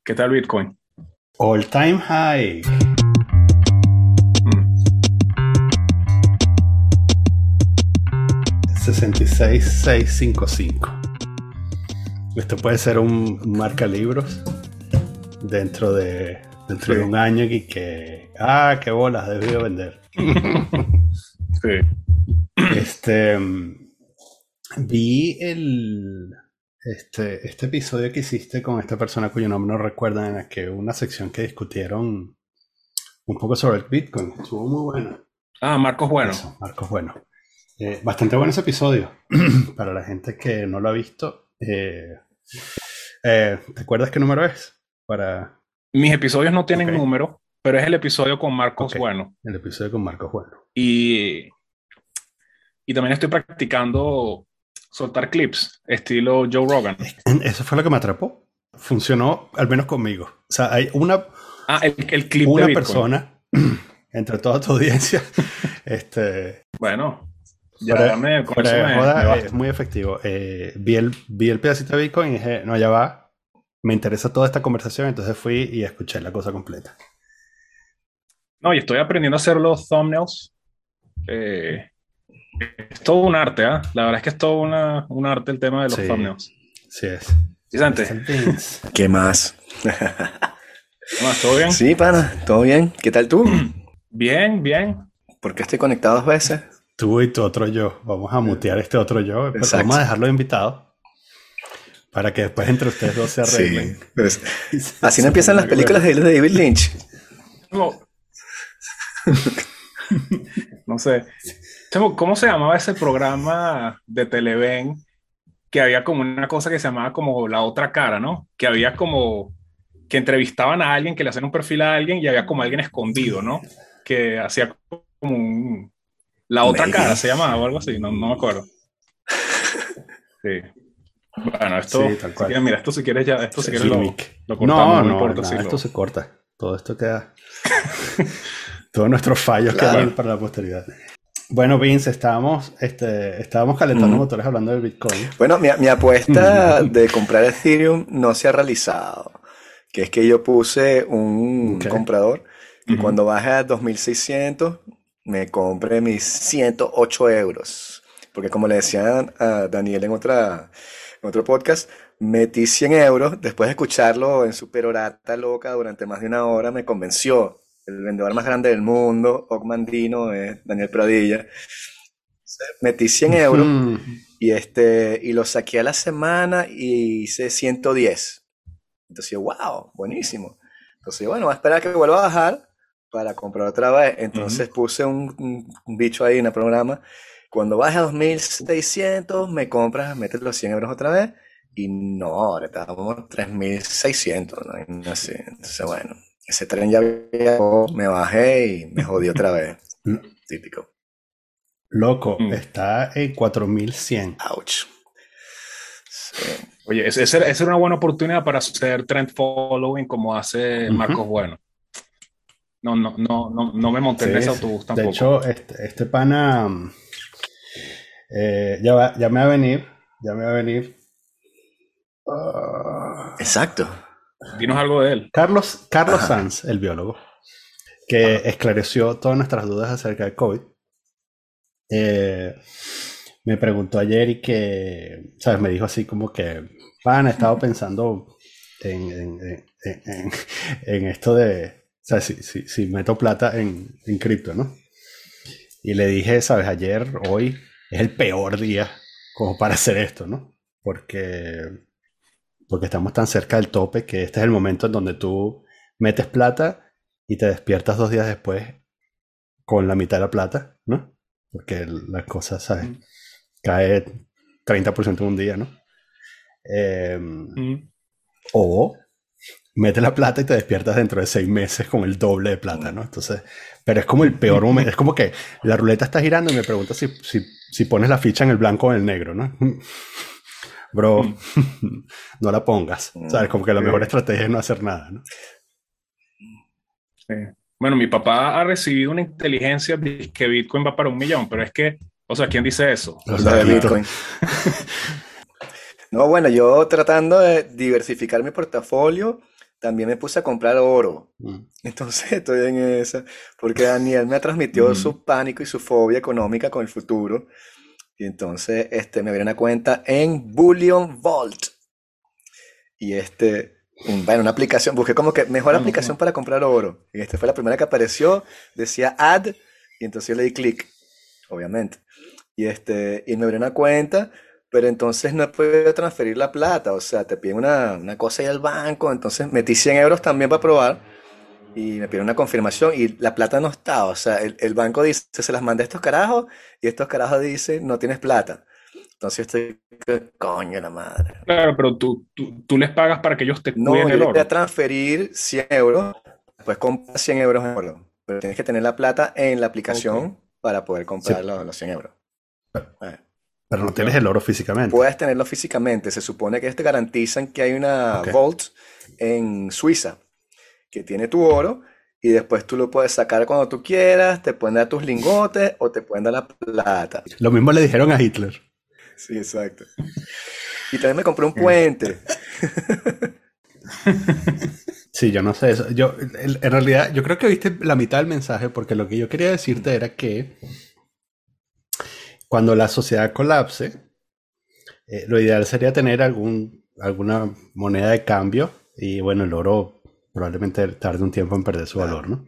¿Qué tal Bitcoin? All time high. Mm, 66,655. Esto puede ser un marca libros dentro de, sí, dentro de un año y que... qué bolas, debió vender. sí. Este... Vi este episodio que hiciste con esta persona cuyo nombre no recuerdo, en la que una sección que discutieron un poco sobre el Bitcoin. Estuvo muy buena. Marcos Bueno. Eso, Marcos, bueno. Bastante bueno ese episodio. Para la gente que no lo ha visto, ¿te acuerdas qué número es? Para... Mis episodios no Ok, tienen número, pero es el episodio con Marcos ok. Bueno. El episodio con Marcos, bueno. Y, y también estoy practicando soltar clips, estilo Joe Rogan. Eso fue lo que me atrapó. Funcionó, al menos conmigo. O sea, hay El clip de una Bitcoin. persona entre toda tu audiencia, Bueno, con fuera eso de me joda, es basta. muy efectivo. Vi el pedacito de Bitcoin y dije, no, ya va. Me interesa toda esta conversación, entonces fui y escuché la cosa completa. No, y estoy aprendiendo a hacer los thumbnails. Eh, es todo un arte, ¿ah? La verdad es que es todo un arte el tema de los Sí, thumbnails. sí es. Vicente, Mr. Beans. ¿Qué más? ¿qué más? ¿Todo bien? Sí, pana, ¿todo bien? ¿Qué tal tú? Bien, bien. ¿Por qué estoy conectado 2 veces? Tú y tu otro yo. Vamos a mutear este otro yo, pero vamos Exacto. a dejarlo invitado para que después entre ustedes dos se Sí. arreglen. Pues, Y así no se empiezan pongan las de acuerdo. películas de David Lynch. No, no sé. Chamo, ¿cómo se llamaba ese programa de Televen que había como una cosa que se llamaba como la otra cara, ¿no? Que había como que entrevistaban a alguien, que le hacían un perfil a alguien y había como alguien escondido, ¿no? Que hacía como la otra cara Maybe. se llamaba o algo así, no me acuerdo. Sí. Bueno, Sí, esto, tal si cual. quieres, mira, esto si quieres ya, esto si quieres Gimmick. lo cortamos, No, no me no, importa si nada, esto lo... se corta. Todo esto queda. Todos nuestros fallos quedan Claro. para la posteridad. Bueno, Vince, estábamos calentando Mm. motores hablando del Bitcoin. Bueno, mi apuesta de comprar Ethereum no se ha realizado. Que es que yo puse un Ok. comprador que Ujú. cuando baje a 2600 me compre mis 108 euros. Porque como le decía a Daniel en otro podcast, metí 100 euros. Después de escucharlo en su perorata loca durante más de una hora, me convenció. El vendedor más grande del mundo, Ogmandino, es Daniel Pradilla. Metí 100 euros Ujú. y lo saqué a la semana y hice 110. Entonces yo, wow, buenísimo. Entonces, bueno, voy a esperar a que vuelva a bajar para comprar otra vez. Ujú. Entonces puse un bicho ahí en el programa. Cuando baje a 2600 me compras, metes los 100 euros otra vez. Y no, ahora estamos 3600, ¿no? Y no sé. Entonces, bueno, ese tren ya me bajé y me jodí otra vez. Típico. Loco, Mm. está en 4100. Ouch. Sí. Oye, esa era una buena oportunidad para hacer trend following como hace Ujú. Marcos Bueno. No me monté en Sí, ese sí. autobús De tampoco. hecho, este pana ya me va a venir. Ya me va a venir. Ah, Exacto. Dinos algo de él. Carlos Ajá. Sanz, el biólogo, que Ajá. esclareció todas nuestras dudas acerca del COVID. Eh, Me preguntó ayer y que, ¿sabes? Me dijo así como que, pan, he estado pensando en en esto de, o sea, si meto plata en cripto, ¿no? Y le dije, ¿sabes? Ayer, hoy, es el peor día como para hacer esto, ¿no? Porque estamos tan cerca del tope que este es el momento en donde tú metes plata y te despiertas 2 días después con la mitad de la plata, ¿no? Porque las cosas, ¿sabes? Mm, Cae 30% en un día, ¿no? Eh, mm. o metes la plata y te despiertas dentro de 6 meses con el doble de plata, ¿no? Entonces, pero es como el peor momento, es como que la ruleta está girando y me preguntas si pones la ficha en el blanco o en el negro, ¿no? Bro, Mm. no la pongas, ¿sabes? Como que la mejor Sí, estrategia es no hacer nada, ¿no? sí. Bueno, mi papá ha recibido una inteligencia de que Bitcoin va para 1 millón, pero es que, o sea, ¿quién dice eso? O Los Lo de sea, loquitos. Bitcoin. No, bueno, yo tratando de diversificar mi portafolio, también me puse a comprar oro. Mm. Entonces estoy en esa, porque Daniel me transmitió Mm. su pánico y su fobia económica con el futuro. Y entonces me abrió una cuenta en Bullion Vault. Y bueno, una aplicación, busqué como que mejor No, aplicación no. para comprar oro. Y esta fue la primera que apareció, decía add, y entonces yo le di clic, obviamente. Y me abrió una cuenta, pero entonces no he podido transferir la plata. O sea, te piden una cosa ahí al banco, entonces metí 100 euros también para probar. Y me pidieron una confirmación y la plata no está. O sea, el banco dice, se las mandé a estos carajos y estos carajos dicen, no tienes plata. Entonces estoy, ¿qué coño la madre? Claro, pero tú les pagas para que ellos te No, cuiden yo el le voy a oro. transferir 100 euros, pues compras 100 euros en oro. Pero tienes que tener la plata en la Ok. aplicación para poder Sí, comprar los 100 euros. Eh, pero no tienes Claro. el oro físicamente. Puedes tenerlo físicamente. Se supone que te garantizan que hay una Ok. vault en Suiza que tiene tu oro y después tú lo puedes sacar cuando tú quieras, te pueden dar tus lingotes o te pueden dar la plata. Lo mismo le dijeron a Hitler. Sí, exacto. Y también me compré un Mm. puente. Sí, yo no sé eso. En realidad, yo creo que viste la mitad del mensaje porque lo que yo quería decirte era que cuando la sociedad colapse, lo ideal sería tener alguna moneda de cambio y bueno, el oro probablemente tarde un tiempo en perder su Claro. valor, ¿no?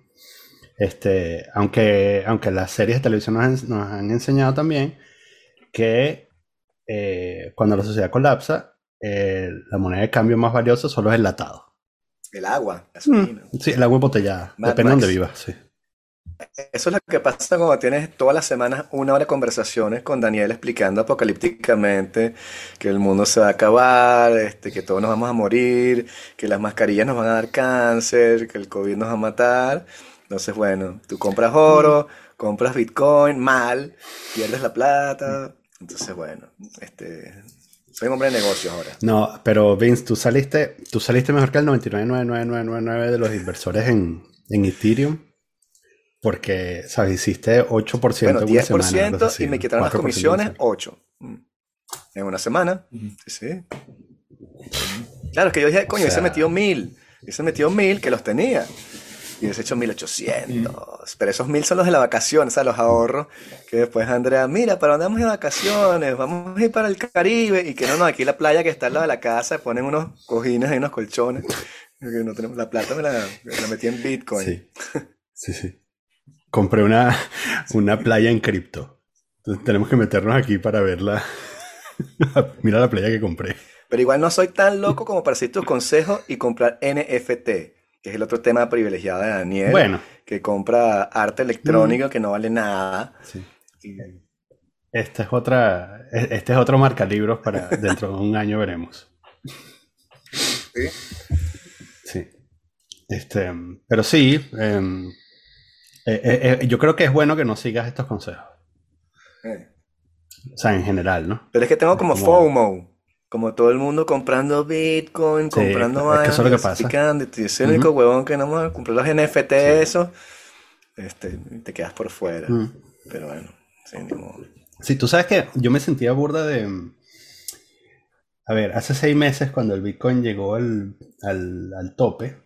Aunque las series de televisión nos han enseñado también que cuando la sociedad colapsa, la moneda de cambio más valiosa solo es el latado. El agua, gasolina. Sí, el agua embotellada. Mad Depende de dónde Max. vivas, sí. Eso es lo que pasa cuando tienes todas las semanas una hora de conversaciones con Daniel explicando apocalípticamente que el mundo se va a acabar, que todos nos vamos a morir, que las mascarillas nos van a dar cáncer, que el COVID nos va a matar. Entonces, bueno, tú compras oro, compras Bitcoin, mal, pierdes la plata. Entonces, bueno, soy un hombre de negocios ahora. No, pero Vince, tú saliste mejor que el 99,99999 de los inversores en Ethereum. Porque, ¿sabes? Hiciste 8% Bueno, en una diez por semana, algo ciento y así, me ¿no? quitaron las 4% comisiones, mensual. 8. En una semana. Mm. Sí, sí. Claro, es que yo dije, O coño, hubiese metido sea, 1000. Hubiese metido 1000 que los tenía. Y hubiese hecho Mm. 1800. Pero esos 1000 son los de la vacación, o sea, los ahorros. Que después Andrea, mira, ¿para dónde vamos de vacaciones? Vamos a ir para el Caribe. Y que no, aquí la playa que está al lado de la casa, ponen unos cojines y unos colchones. Que no tenemos la plata, me la metí en Bitcoin. sí, sí, sí. Compré una playa en cripto. Entonces tenemos que meternos aquí para verla. Mira la playa que compré. Pero igual no soy tan loco como para seguir tus consejos y comprar NFT, que es el otro tema privilegiado de Daniel, Bueno, que compra arte electrónico que no vale nada. sí. Y- Este es otro marcalibros para dentro de un año veremos. ¿Sí? Sí. Pero sí, yo creo que es bueno que no sigas estos consejos. Eh. O sea, en general, ¿no? Pero es que tengo Es como como, FOMO, como todo el mundo comprando Bitcoin, sí, comprando es que vainas, eso es lo que pasa. diversificando, y soy el único Ujú. huevón que no me compró los NFT, Sí. eso, te quedas por fuera. Mm. Pero bueno, sí, ni modo. Sí, tú sabes que yo me sentía burda de... A ver, hace 6 meses cuando el Bitcoin llegó al tope,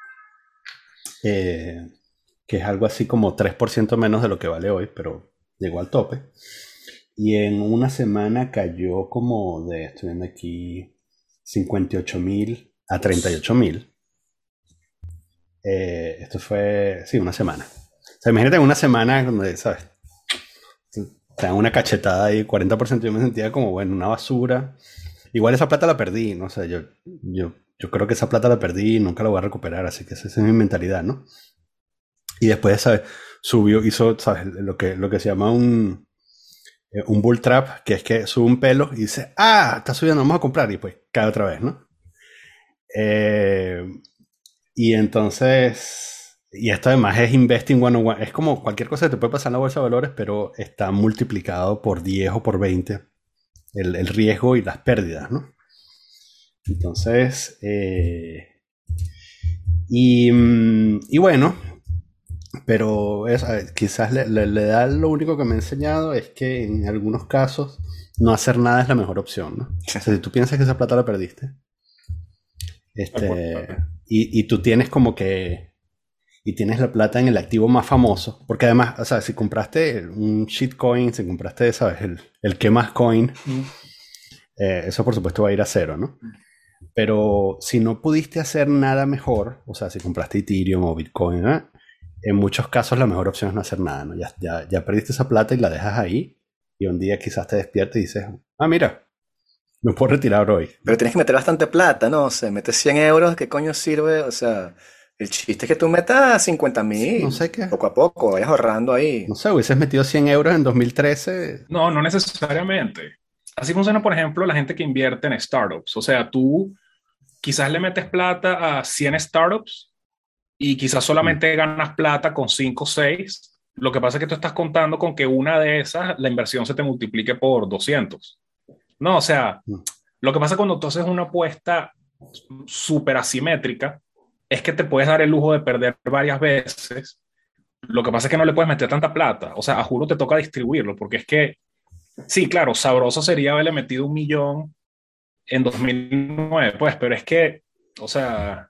eh, que es algo así como 3% menos de lo que vale hoy, pero llegó al tope. Y en una semana cayó como estoy viendo aquí, 58.000 a 38.000. Esto fue, sí, una semana. O sea, imagínate en una semana donde, ¿sabes? Te dan una cachetada ahí, 40%. Yo me sentía como, bueno, una basura. Igual esa plata la perdí, no sé, yo creo que esa plata la perdí y nunca la voy a recuperar, así que esa es mi mentalidad, ¿no? Y después, ¿sabes? Hizo, ¿sabes? Lo que se llama un bull trap, que es que sube un pelo y dice, está subiendo, vamos a comprar, y pues cae otra vez, ¿no? Y entonces, y esto además es Investing 101, es como cualquier cosa que te puede pasar en la bolsa de valores, pero está multiplicado por 10 o por 20 el riesgo y las pérdidas, ¿no? Entonces, y bueno, pero quizás le da lo único que me ha enseñado es que en algunos casos no hacer nada es la mejor opción, ¿no? O sea, si tú piensas que esa plata la perdiste, Tal cual. Y tú tienes como que, y tienes la plata en el activo más famoso, porque además, o sea, si compraste un shitcoin, si compraste, ¿sabes? El que más coin, eso por supuesto va a ir a cero, ¿no? Pero si no pudiste hacer nada mejor, o sea, si compraste Ethereum o Bitcoin, ¿eh? En muchos casos la mejor opción es no hacer nada, ¿no? Ya perdiste esa plata y la dejas ahí y un día quizás te despiertes y dices, ah, mira, me puedo retirar hoy. Pero tienes que meter bastante plata, ¿no? O sea, metes 100 euros, ¿qué coño sirve? O sea, el chiste es que tú metas 50 No mil, sé qué. poco a poco, vayas ahorrando ahí. No sé, hubieses metido 100 euros en 2013. No, no necesariamente. Así funciona, por ejemplo, la gente que invierte en startups. O sea, tú quizás le metes plata a 100 startups y quizás Mm, solamente ganas plata con 5 o 6. Lo que pasa es que tú estás contando con que una de esas, la inversión se te multiplique por 200. No, o sea, mm. lo que pasa cuando tú haces una apuesta súper asimétrica es que te puedes dar el lujo de perder varias veces. Lo que pasa es que no le puedes meter tanta plata. O sea, a juro te toca distribuirlo, porque es que, sí, claro, sabroso sería haberle metido 1 millón en 2009, pues, pero es que, o sea,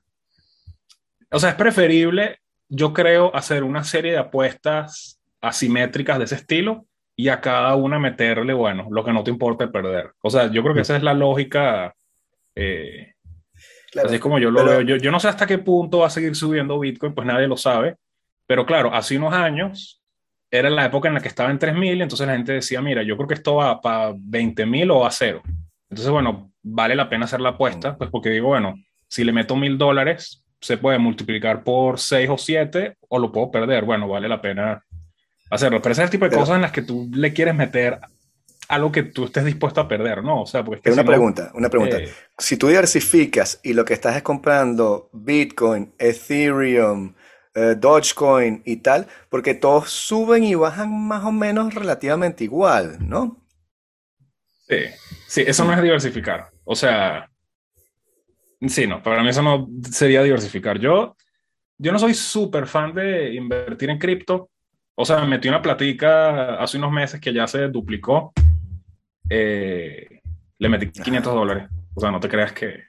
es preferible, yo creo, hacer una serie de apuestas asimétricas de ese estilo y a cada una meterle, bueno, lo que no te importe perder. O sea, yo creo que Mm. esa es la lógica, eh, así Claro, es como yo lo veo. pero Yo no sé hasta qué punto va a seguir subiendo Bitcoin, pues nadie lo sabe, pero claro, hace unos años era la época en la que estaba en 3.000, entonces la gente decía, mira, yo creo que esto va para 20.000 o a cero. Entonces, bueno, vale la pena hacer la apuesta, pues porque digo, bueno, si le meto $1.000, se puede multiplicar por 6 o 7 o lo puedo perder. Bueno, vale la pena hacerlo. Pero ese es el tipo de Pero, cosas en las que tú le quieres meter algo que tú estés dispuesto a perder, ¿no? O sea, porque es que pero si no, una pregunta. eh, Si tú diversificas y lo que estás es comprando Bitcoin, Ethereum, Dogecoin y tal, porque todos suben y bajan más o menos relativamente igual, ¿no? sí, sí, eso no es diversificar. O sea, sí, no, para mí eso no sería diversificar. Yo no soy súper fan de invertir en cripto. O sea, metí una platica hace unos meses que ya se duplicó. Eh, Le metí Ajá. $500. O sea, no te creas que...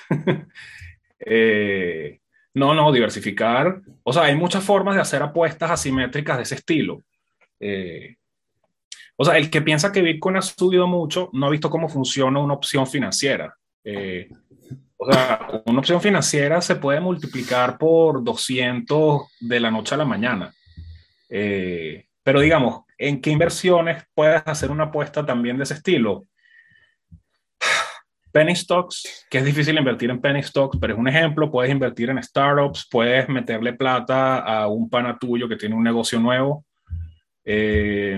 Eh, no, no, diversificar. O sea, hay muchas formas de hacer apuestas asimétricas de ese estilo. Eh, o sea, el que piensa que Bitcoin ha subido mucho no ha visto cómo funciona una opción financiera. Eh, o sea, una opción financiera se puede multiplicar por 200 de la noche a la mañana. Pero digamos, ¿en qué inversiones puedes hacer una apuesta también de ese estilo? Penny stocks, que es difícil invertir en penny stocks, pero es un ejemplo. Puedes invertir en startups, puedes meterle plata a un pana tuyo que tiene un negocio nuevo. Eh,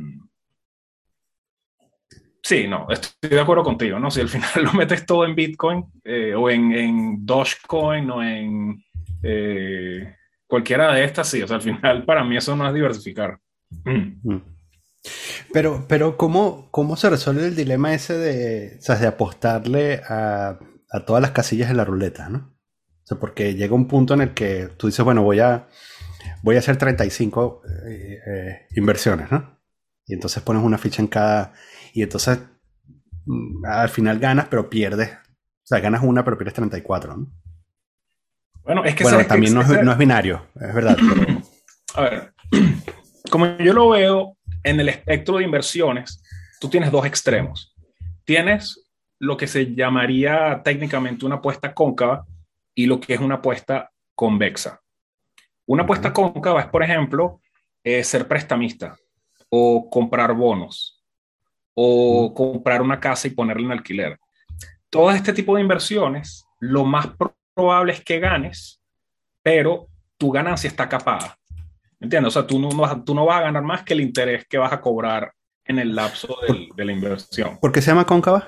sí, no, estoy de acuerdo contigo, ¿no? Si al final lo metes todo en Bitcoin o en Dogecoin o en cualquiera de estas, sí, o sea, al final para mí eso no es diversificar. Mm. Mm. Pero ¿cómo se resuelve el dilema ese de, o sea, de apostarle a todas las casillas en la ruleta, ¿no? O sea, porque llega un punto en el que tú dices, bueno, voy a hacer 35 inversiones, ¿no? Y entonces pones una ficha en cada... Y entonces al final ganas, pero pierdes. O sea, ganas una, pero pierdes 34, ¿no? Bueno, es que Bueno, también no es binario, es verdad, pero... a ver, como yo lo veo en el espectro de inversiones, tú tienes dos extremos. Tienes lo que se llamaría técnicamente una apuesta cóncava y lo que es una apuesta convexa. Una apuesta Ujú, cóncava es, por ejemplo, ser prestamista o comprar bonos ujú. o comprar una casa y ponerla en alquiler. Todo este tipo de inversiones, lo más probable es que ganes, pero tu ganancia está capada. ¿Entiendes? O sea, tú no vas a ganar más que el interés que vas a cobrar en el lapso ¿Por, de la inversión. por qué se llama cóncava?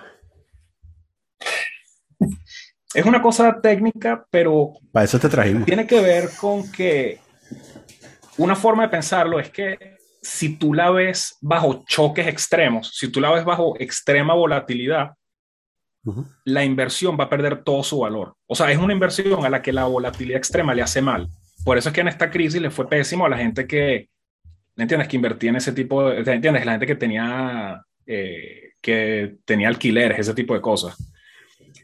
Es una cosa técnica, pero Para eso te trajimos. tiene que ver con que una forma de pensarlo es que si tú la ves bajo choques extremos, si tú la ves bajo extrema volatilidad, Ujú. la inversión va a perder todo su valor. O sea, es una inversión a la que la volatilidad extrema le hace mal. Por eso es que en esta crisis le fue pésimo a la gente que, ¿me entiendes? Que invertía en ese tipo de, ¿entiendes? La gente que tenía alquileres, ese tipo de cosas.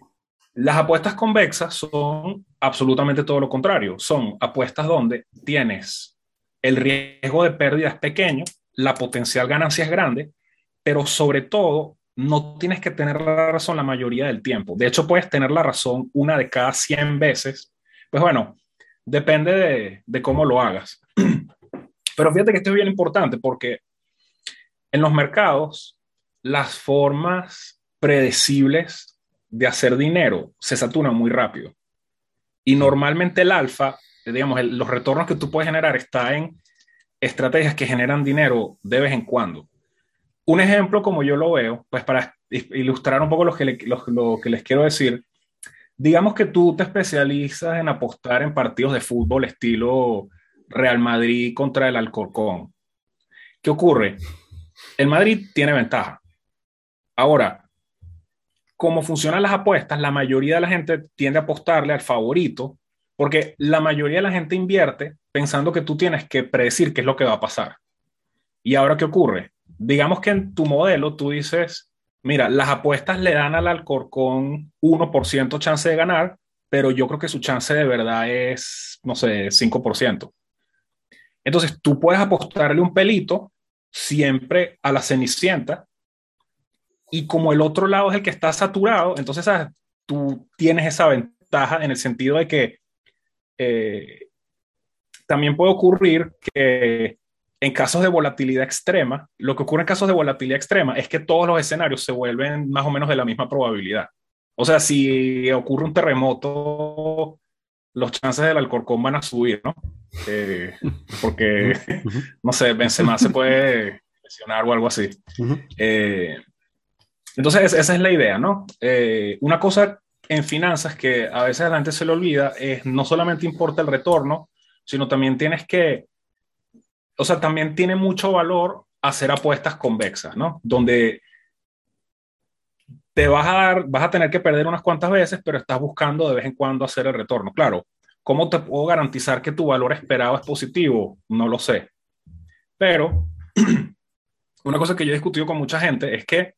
Las apuestas convexas son absolutamente todo lo contrario. Son apuestas donde tienes el riesgo de pérdida es pequeño, la potencial ganancia es grande, pero sobre todo no tienes que tener la razón la mayoría del tiempo. De hecho, puedes tener la razón una de cada 100 veces. Pues bueno, depende de cómo lo hagas. Pero fíjate que esto es bien importante porque en los mercados las formas predecibles de hacer dinero se saturan muy rápido. Y normalmente el alfa, digamos, los retornos que tú puedes generar está en estrategias que generan dinero de vez en cuando. Un ejemplo, como yo lo veo, pues para ilustrar un poco lo que les quiero decir, digamos que tú te especializas en apostar en partidos de fútbol estilo Real Madrid contra el Alcorcón. ¿Qué ocurre? El Madrid tiene ventaja. Ahora, como funcionan las apuestas, la mayoría de la gente tiende a apostarle al favorito, porque la mayoría de la gente invierte pensando que tú tienes que predecir qué es lo que va a pasar. ¿Y ahora qué ocurre? Digamos que en tu modelo tú dices, mira, las apuestas le dan al Alcorcón 1% chance de ganar, pero yo creo que su chance de verdad es, no sé, 5%. Entonces tú puedes apostarle un pelito siempre a la Cenicienta y como el otro lado es el que está saturado, entonces ¿sabes? Tú tienes esa ventaja en el sentido de que eh, también puede ocurrir que en casos de volatilidad extrema, lo que ocurre en casos de volatilidad extrema es que todos los escenarios se vuelven más o menos de la misma probabilidad. O sea, si ocurre un terremoto, los chances del Alcorcón van a subir, ¿no? Porque, no sé, Benzema se puede lesionar o algo así. Entonces, esa es la idea, ¿no? Una cosa en finanzas que a veces a la gente se le olvida es no solamente importa el retorno, sino también tienes que, o sea, también tiene mucho valor hacer apuestas convexas, ¿no? Donde te vas a tener que perder unas cuantas veces, pero estás buscando de vez en cuando hacer el retorno. Claro, ¿cómo te puedo garantizar que tu valor esperado es positivo? No lo sé. Pero una cosa que yo he discutido con mucha gente es que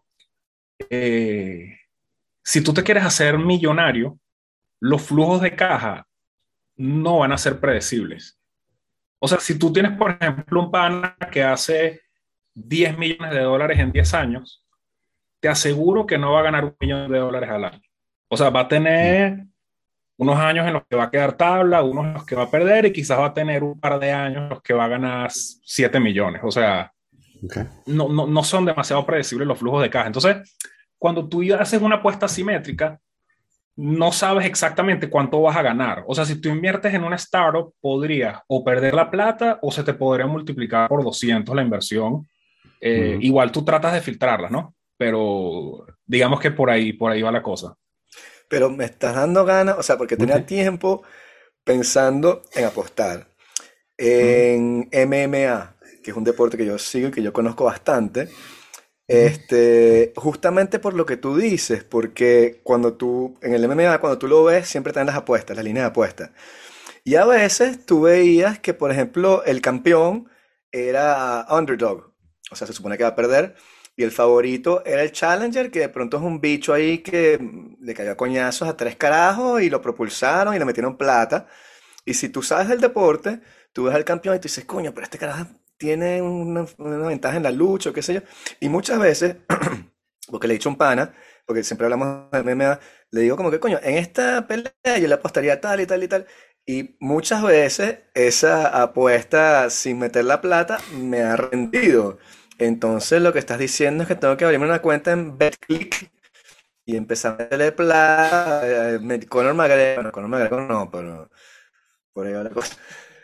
eh, si tú te quieres hacer millonario, los flujos de caja no van a ser predecibles. O sea, si tú tienes, por ejemplo, un pana que hace 10 millones de dólares en 10 años, te aseguro que no va a ganar $1 millón al año. O sea, va a tener unos años en los que va a quedar tabla, unos en los que va a perder y quizás va a tener un par de años en los que va a ganar 7 millones. O sea, no son demasiado predecibles los flujos de caja. Entonces, cuando tú haces una apuesta asimétrica, no sabes exactamente cuánto vas a ganar. O sea, si tú inviertes en una startup, podrías o perder la plata o se te podría multiplicar por 200 la inversión. Igual tú tratas de filtrarla, ¿no? Pero digamos que por ahí va la cosa. Pero me estás dando ganas, o sea, porque tenía Ok. tiempo pensando en apostar Ujú, en MMA, que es un deporte que yo sigo y que yo conozco bastante. ujú, Justamente por lo que tú dices, porque cuando tú, en el MMA, cuando tú lo ves, siempre están las apuestas, las líneas de apuestas. Y a veces tú veías que, por ejemplo, el campeón era underdog, o sea, se supone que va a perder, y el favorito era el challenger, que de pronto es un bicho ahí que le cayó a coñazos a tres carajos y lo propulsaron y le metieron plata. Y si tú sabes del deporte, tú ves al campeón y tú dices, coño, pero este carajo tiene una ventaja en la lucha o qué sé yo. Y muchas veces, porque le he dicho a un pana, porque siempre hablamos de MMA, le digo como que, coño, en esta pelea yo le apostaría tal y tal y tal. Y muchas veces esa apuesta sin meter la plata me ha rendido. Entonces lo que estás diciendo es que tengo que abrirme una cuenta en BetClick y empezar a meterle plata. Conor McGregor, bueno, Conor McGregor no, pero por ahí va la cosa.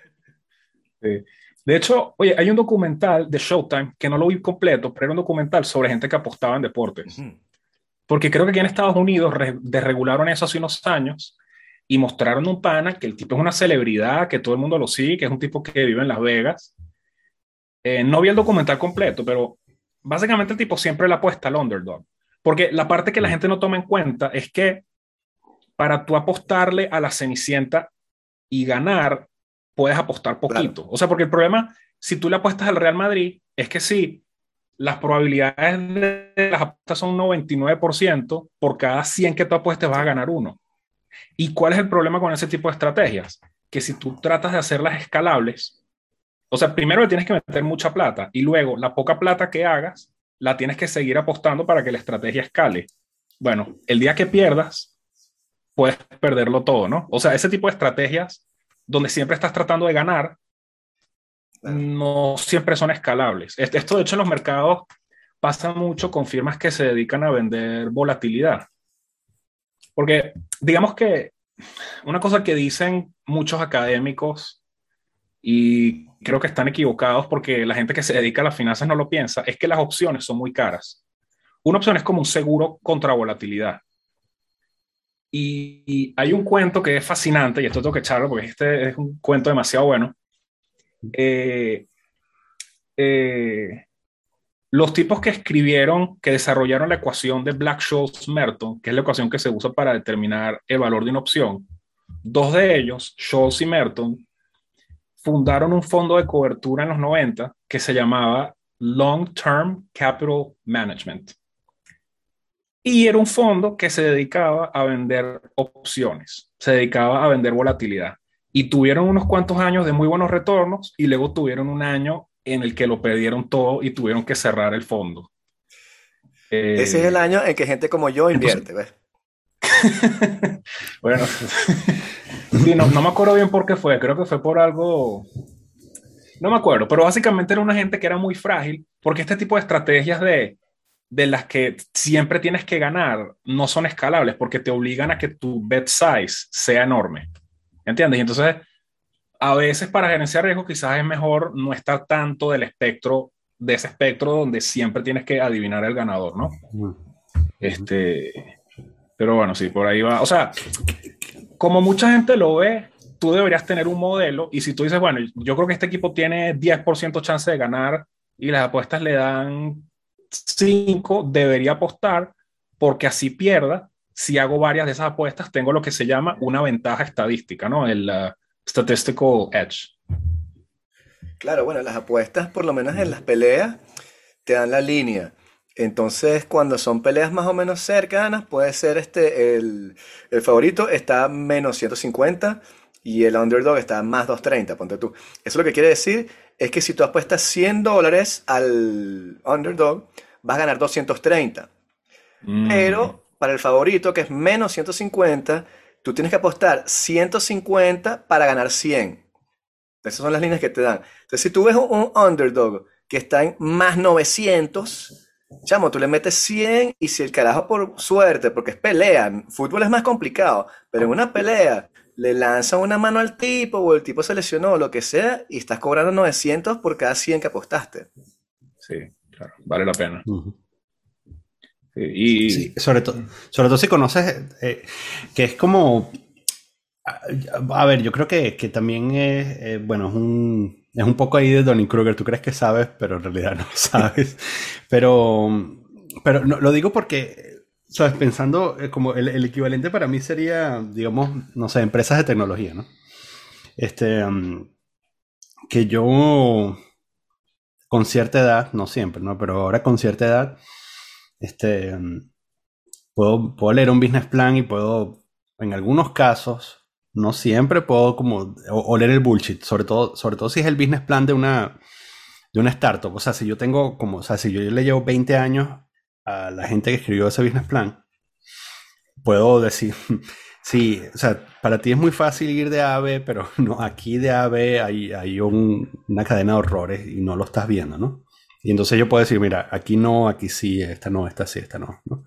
sí. De hecho, oye, hay un documental de Showtime que no lo vi completo, pero era un documental sobre gente que apostaba en deportes. Ujú. Porque creo que aquí en Estados Unidos desregularon eso hace unos años y mostraron un pana que el tipo es una celebridad, que todo el mundo lo sigue, que es un tipo que vive en Las Vegas. No vi el documental completo, pero básicamente el tipo siempre le apuesta al underdog. Porque la parte que la Mm. gente no toma en cuenta es que para tú apostarle a la Cenicienta y ganar, puedes apostar Claro, poquito. O sea, porque el problema, si tú le apuestas al Real Madrid, es que sí, las probabilidades de las apuestas son 99%, por cada 100 que tú apuestes vas a ganar uno. ¿Y cuál es el problema con ese tipo de estrategias? Que si tú tratas de hacerlas escalables, o sea, primero le tienes que meter mucha plata y luego la poca plata que hagas, la tienes que seguir apostando para que la estrategia escale. Bueno, el día que pierdas, puedes perderlo todo, ¿no? O sea, ese tipo de estrategias donde siempre estás tratando de ganar, Claro. no siempre son escalables. Esto, de hecho, en los mercados pasa mucho con firmas que se dedican a vender volatilidad. Porque digamos que una cosa que dicen muchos académicos, y creo que están equivocados porque la gente que se dedica a las finanzas no lo piensa, es que las opciones son muy caras. Una opción es como un seguro contra volatilidad. Y hay un cuento que es fascinante, y esto tengo que echarlo porque este es un cuento demasiado bueno. Eh, eh, los tipos que escribieron, que desarrollaron la ecuación de Black-Scholes-Merton, que es la ecuación que se usa para determinar el valor de una opción, dos de ellos, Scholes y Merton, fundaron un fondo de cobertura en los 90 que se llamaba Long Term Capital Management. Y era un fondo que se dedicaba a vender opciones, se dedicaba a vender volatilidad. Y tuvieron unos cuantos años de muy buenos retornos y luego tuvieron un año en el que lo perdieron todo y tuvieron que cerrar el fondo. Ese es el Eh, año en que gente como yo entonces, invierte, ¿ves? bueno, sí, no me acuerdo bien por qué fue, creo que fue por algo, no me acuerdo, pero básicamente era una gente que era muy frágil porque este tipo de estrategias de las que siempre tienes que ganar no son escalables porque te obligan a que tu bet size sea enorme. ¿Entiendes? Y entonces, a veces para gerenciar riesgo quizás es mejor no estar tanto del espectro, de ese espectro donde siempre tienes que adivinar el ganador, ¿no? Ujú. Este, pero bueno, sí, por ahí va. O sea, como mucha gente lo ve, tú deberías tener un modelo y si tú dices, bueno, yo creo que este equipo tiene 10% chance de ganar y las apuestas le dan 5, debería apostar porque así pierda. Si hago varias de esas apuestas, tengo lo que se llama una ventaja estadística, ¿no? El statistical edge. Claro, bueno, las apuestas, por lo menos en las peleas, te dan la línea. Entonces, cuando son peleas más o menos cercanas, puede ser el favorito está menos 150 y el underdog está más 230, ponte tú. Eso lo que quiere decir es que si tú apuestas $100 al underdog, vas a ganar 230. Mm, Pero para el favorito, que es menos 150, tú tienes que apostar 150 para ganar 100. Esas son las líneas que te dan. Entonces, si tú ves un underdog que está en más 900, chamo, tú le metes 100 y si el carajo por suerte, porque es pelea, fútbol es más complicado, pero en una pelea le lanzan una mano al tipo o el tipo se lesionó o lo que sea y estás cobrando 900 por cada 100 que apostaste. sí, claro, vale la pena. Ujú. Sí, Sí, y sobre todo si conoces, que es como, a, a ver, yo creo que también es, bueno, es un poco ahí de Donnie-Kruger, tú crees que sabes, pero en realidad no sabes. Pero, pero lo digo porque, sabes, pensando como el equivalente para mí sería, digamos, no sé, empresas de tecnología, ¿no? Este, que yo con cierta edad, no siempre, ¿no? Pero ahora con cierta edad, este, puedo leer un business plan y puedo, en algunos casos, no siempre puedo como oler el bullshit, sobre todo si es el business plan de una startup. O sea, si yo tengo como, o sea, si yo le llevo 20 años a la gente que escribió ese business plan, puedo decir, sí, o sea, para ti es muy fácil ir de A a B, pero no, aquí de A a B hay una cadena de horrores y no lo estás viendo, ¿no? Y entonces yo puedo decir, mira, aquí no, aquí sí, esta no, esta sí, esta no, ¿no?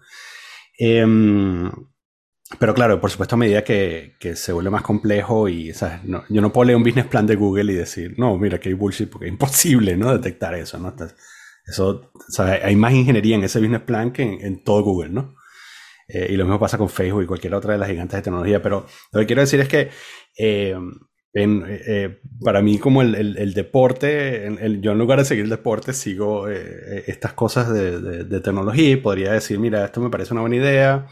Em, pero claro, por supuesto, a medida que se vuelve más complejo y, ¿sabes? No, yo no puedo leer un business plan de Google y decir, no, mira, que hay bullshit, porque es imposible, ¿no? Detectar eso, ¿no? Entonces, eso, ¿sabes? Hay más ingeniería en ese business plan que en todo Google, ¿no? Y lo mismo pasa con Facebook y cualquier otra de las gigantes de tecnología. Pero lo que quiero decir es que eh, para mí como el deporte, yo en lugar de seguir el deporte sigo estas cosas de tecnología y podría decir, mira, esto me parece una buena idea.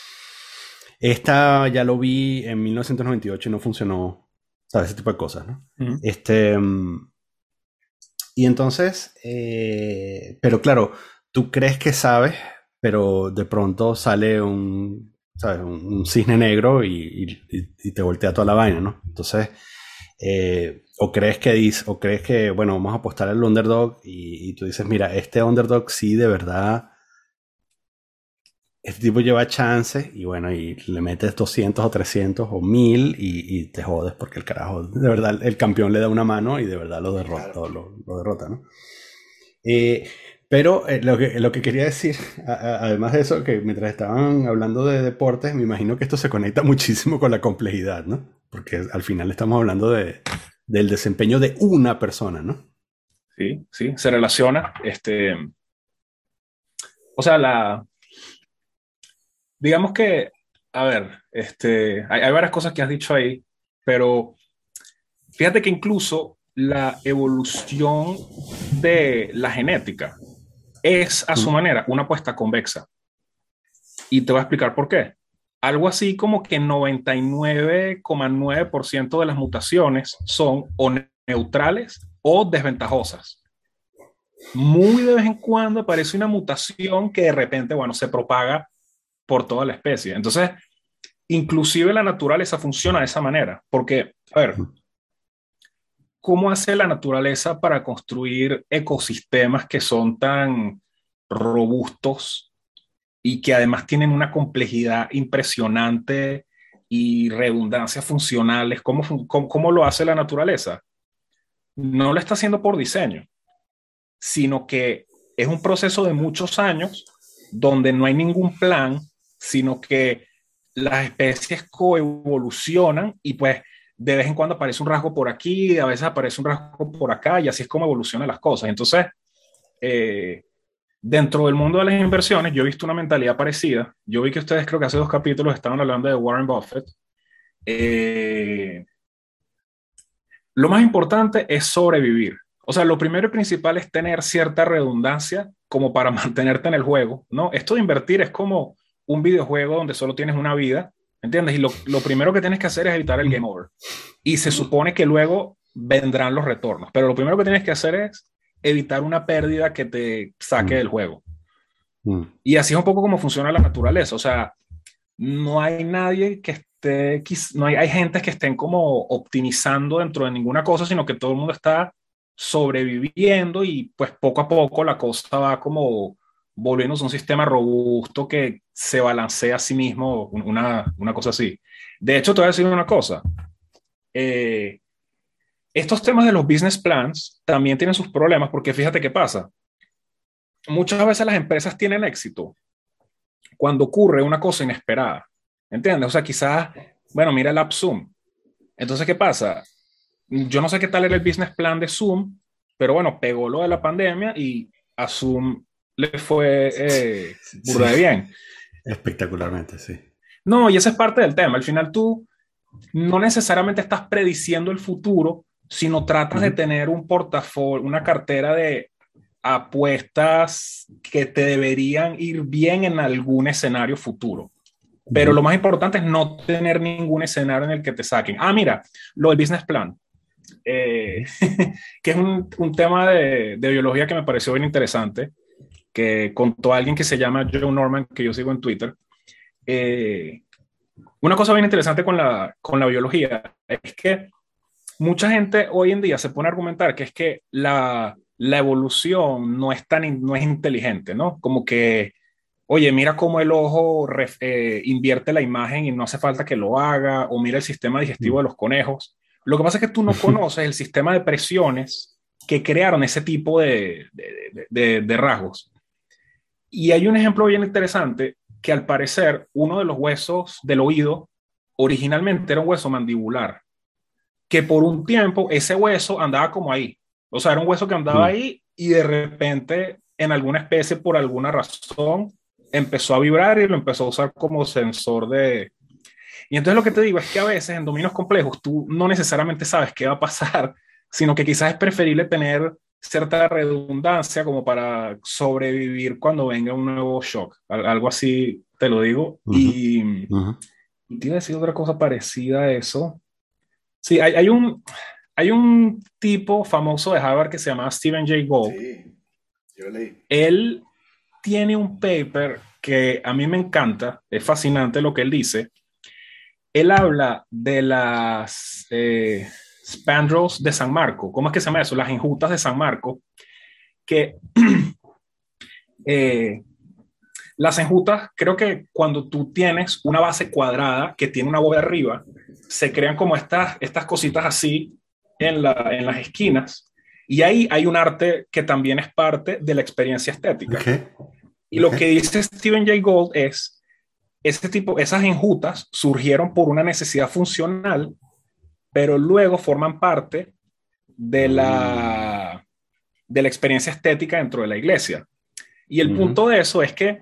Esta ya lo vi en 1998 y no funcionó. ¿Sabes? Ese tipo de cosas, ¿no? mm, Este, Y entonces, pero claro, tú crees que sabes, pero de pronto sale ¿sabes? Un cisne negro y te voltea toda la vaina, ¿no? Entonces, o crees que, bueno, vamos a apostar al underdog y tú dices, mira, este underdog sí, de verdad, este tipo lleva chance y bueno, y le metes 200 o 300 o 1000 y te jodes porque el carajo, de verdad, el campeón le da una mano y de verdad lo derrota, Claro. lo derrota, ¿no? Eh, pero lo que quería decir, además de eso, que mientras estaban hablando de deportes, me imagino que esto se conecta muchísimo con la complejidad, ¿no? Porque al final estamos hablando del desempeño de una persona, ¿no? Sí, sí, se relaciona. O sea, digamos que, a ver, hay varias cosas que has dicho ahí, pero fíjate que incluso la evolución de la genética es a su Mm, manera una apuesta convexa. Y te voy a explicar por qué. Algo así como que 99,9% de las mutaciones son o neutrales o desventajosas. Muy de vez en cuando aparece una mutación que de repente, bueno, se propaga por toda la especie. Entonces, inclusive la naturaleza funciona de esa manera, porque, a ver, mm, ¿cómo hace la naturaleza para construir ecosistemas que son tan robustos y que además tienen una complejidad impresionante y redundancias funcionales? ¿Cómo lo hace la naturaleza? No lo está haciendo por diseño, sino que es un proceso de muchos años donde no hay ningún plan, sino que las especies coevolucionan y pues de vez en cuando aparece un rasgo por aquí, a veces aparece un rasgo por acá y así es como evolucionan las cosas. Entonces, eh, dentro del mundo de las inversiones, yo he visto una mentalidad parecida. Yo vi que ustedes creo que hace 2 capítulos estaban hablando de Warren Buffett. Eh, lo más importante es sobrevivir. O sea, lo primero y principal es tener cierta redundancia como para mantenerte en el juego, ¿no? Esto de invertir es como un videojuego donde solo tienes una vida, ¿entiendes? Y lo primero que tienes que hacer es evitar el game over. Y se supone que luego vendrán los retornos, pero lo primero que tienes que hacer es evitar una pérdida que te saque mm, del juego. mm, Y así es un poco como funciona la naturaleza. O sea, no hay nadie que esté, no hay gente que estén como optimizando dentro de ninguna cosa, sino que todo el mundo está sobreviviendo y pues poco a poco la cosa va como volviéndose un sistema robusto que se balancea a sí mismo, una cosa así. De hecho, te voy a decir una cosa. Eh, estos temas de los business plans también tienen sus problemas porque fíjate qué pasa. Muchas veces las empresas tienen éxito cuando ocurre una cosa inesperada. ¿Entiendes? O sea, quizás, bueno, mira el app Zoom. Entonces, ¿qué pasa? Yo no sé qué tal era el business plan de Zoom, pero bueno, pegó lo de la pandemia y a Zoom le fue sí, burda de bien. espectacularmente, sí. No, y esa es parte del tema. Al final tú no necesariamente estás prediciendo el futuro, sino tratas de Ujú, tener un portafolio, una cartera de apuestas que te deberían ir bien en algún escenario futuro. Pero ujú, lo más importante es no tener ningún escenario en el que te saquen. Ah, mira, lo del business plan, eh, ujú, que es un tema de biología que me pareció bien interesante, que contó alguien que se llama Joe Norman, que yo sigo en Twitter. Eh, una cosa bien interesante con la biología es que mucha gente hoy en día se pone a argumentar que es que la evolución no es inteligente, ¿no? Como que, oye, mira cómo el ojo invierte la imagen y no hace falta que lo haga, o mira el sistema digestivo mm, de los conejos. Lo que pasa es que tú no conoces el sistema de presiones que crearon ese tipo de rasgos. Y hay un ejemplo bien interesante que al parecer uno de los huesos del oído originalmente era un hueso mandibular que por un tiempo ese hueso andaba como ahí. O sea, era un hueso que andaba mm, ahí y de repente en alguna especie, por alguna razón, empezó a vibrar y lo empezó a usar como sensor de... Y entonces lo que te digo es que a veces en dominios complejos tú no necesariamente sabes qué va a pasar, sino que quizás es preferible tener cierta redundancia como para sobrevivir cuando venga un nuevo shock. Algo así te lo digo. ujú, Y ujú, te iba a decir otra cosa parecida a eso. Sí, hay un, hay un tipo famoso de Harvard que se llama Stephen Jay Gould. Sí, yo leí. Él tiene un paper que a mí me encanta, es fascinante lo que él dice. Él habla de las spandrels de San Marco. ¿Cómo es que se llama eso? Las enjutas de San Marco, que eh, las enjutas, creo que cuando tú tienes una base cuadrada que tiene una bóveda arriba, se crean como estas cositas así en las esquinas. Y ahí hay un arte que también es parte de la experiencia estética. Okay. Y lo que dice Stephen Jay Gould es, esas enjutas surgieron por una necesidad funcional, pero luego forman parte de la experiencia estética dentro de la iglesia. Y el punto de eso es que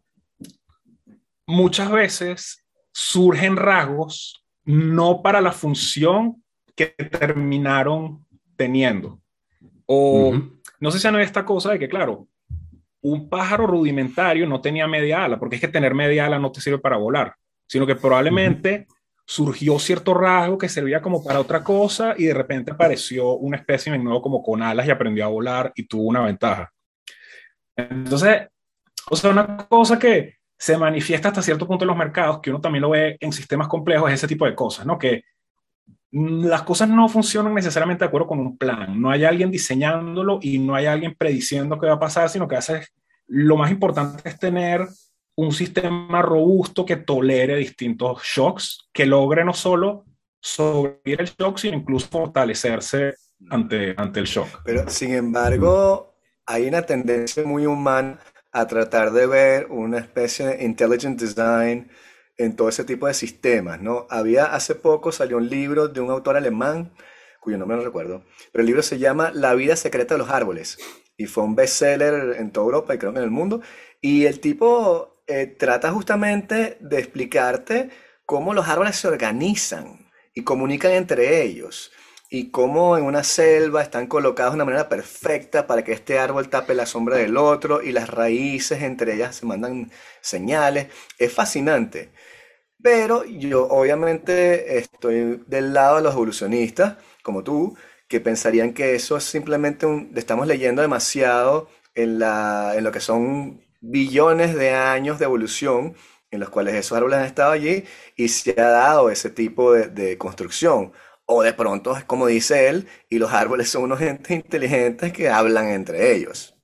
muchas veces surgen rasgos no para la función que terminaron teniendo. O no sé si han oído esta cosa de que, claro, un pájaro rudimentario no tenía media ala, porque es que tener media ala no te sirve para volar, sino que probablemente surgió cierto rasgo que servía como para otra cosa y de repente apareció un espécimen nuevo como con alas y aprendió a volar y tuvo una ventaja. Entonces, o sea, una cosa que se manifiesta hasta cierto punto en los mercados, que uno también lo ve en sistemas complejos, es ese tipo de cosas, ¿no? Que las cosas no funcionan necesariamente de acuerdo con un plan. No hay alguien diseñándolo y no hay alguien prediciendo qué va a pasar, sino que lo más importante es tener un sistema robusto que tolere distintos shocks, que logre no solo sobrevivir el shock, sino incluso fortalecerse ante el shock. Pero sin embargo, hay una tendencia muy humana a tratar de ver una especie de intelligent design en todo ese tipo de sistemas, ¿no? Hace poco salió un libro de un autor alemán, cuyo nombre no recuerdo, pero el libro se llama La vida secreta de los árboles y fue un bestseller en toda Europa y creo que en el mundo. Y el tipo trata justamente de explicarte cómo los árboles se organizan y comunican entre ellos y cómo en una selva están colocados de una manera perfecta para que este árbol tape la sombra del otro y las raíces entre ellas se mandan señales. Es fascinante. Pero yo obviamente estoy del lado de los evolucionistas, como tú, que pensarían que eso es simplemente estamos leyendo demasiado en lo que son billones de años de evolución en los cuales esos árboles han estado allí y se ha dado ese tipo de construcción. O de pronto es como dice él, y los árboles son unos entes inteligentes que hablan entre ellos.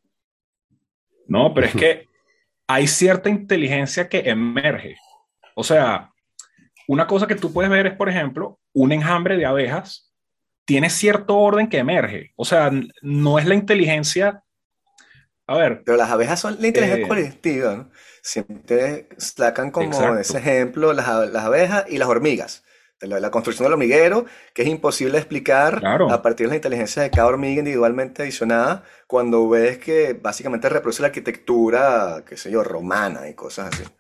No, pero es que hay cierta inteligencia que emerge. O sea, una cosa que tú puedes ver es, por ejemplo, un enjambre de abejas tiene cierto orden que emerge. O sea, no es la inteligencia. A ver. Pero las abejas son la inteligencia colectiva, ¿no? Siempre sacan como ese ejemplo las abejas y las hormigas. La construcción del hormiguero, que es imposible de explicar a partir de la inteligencia de cada hormiga individualmente adicionada, cuando ves que básicamente reproduce la arquitectura, qué sé yo, romana y cosas así.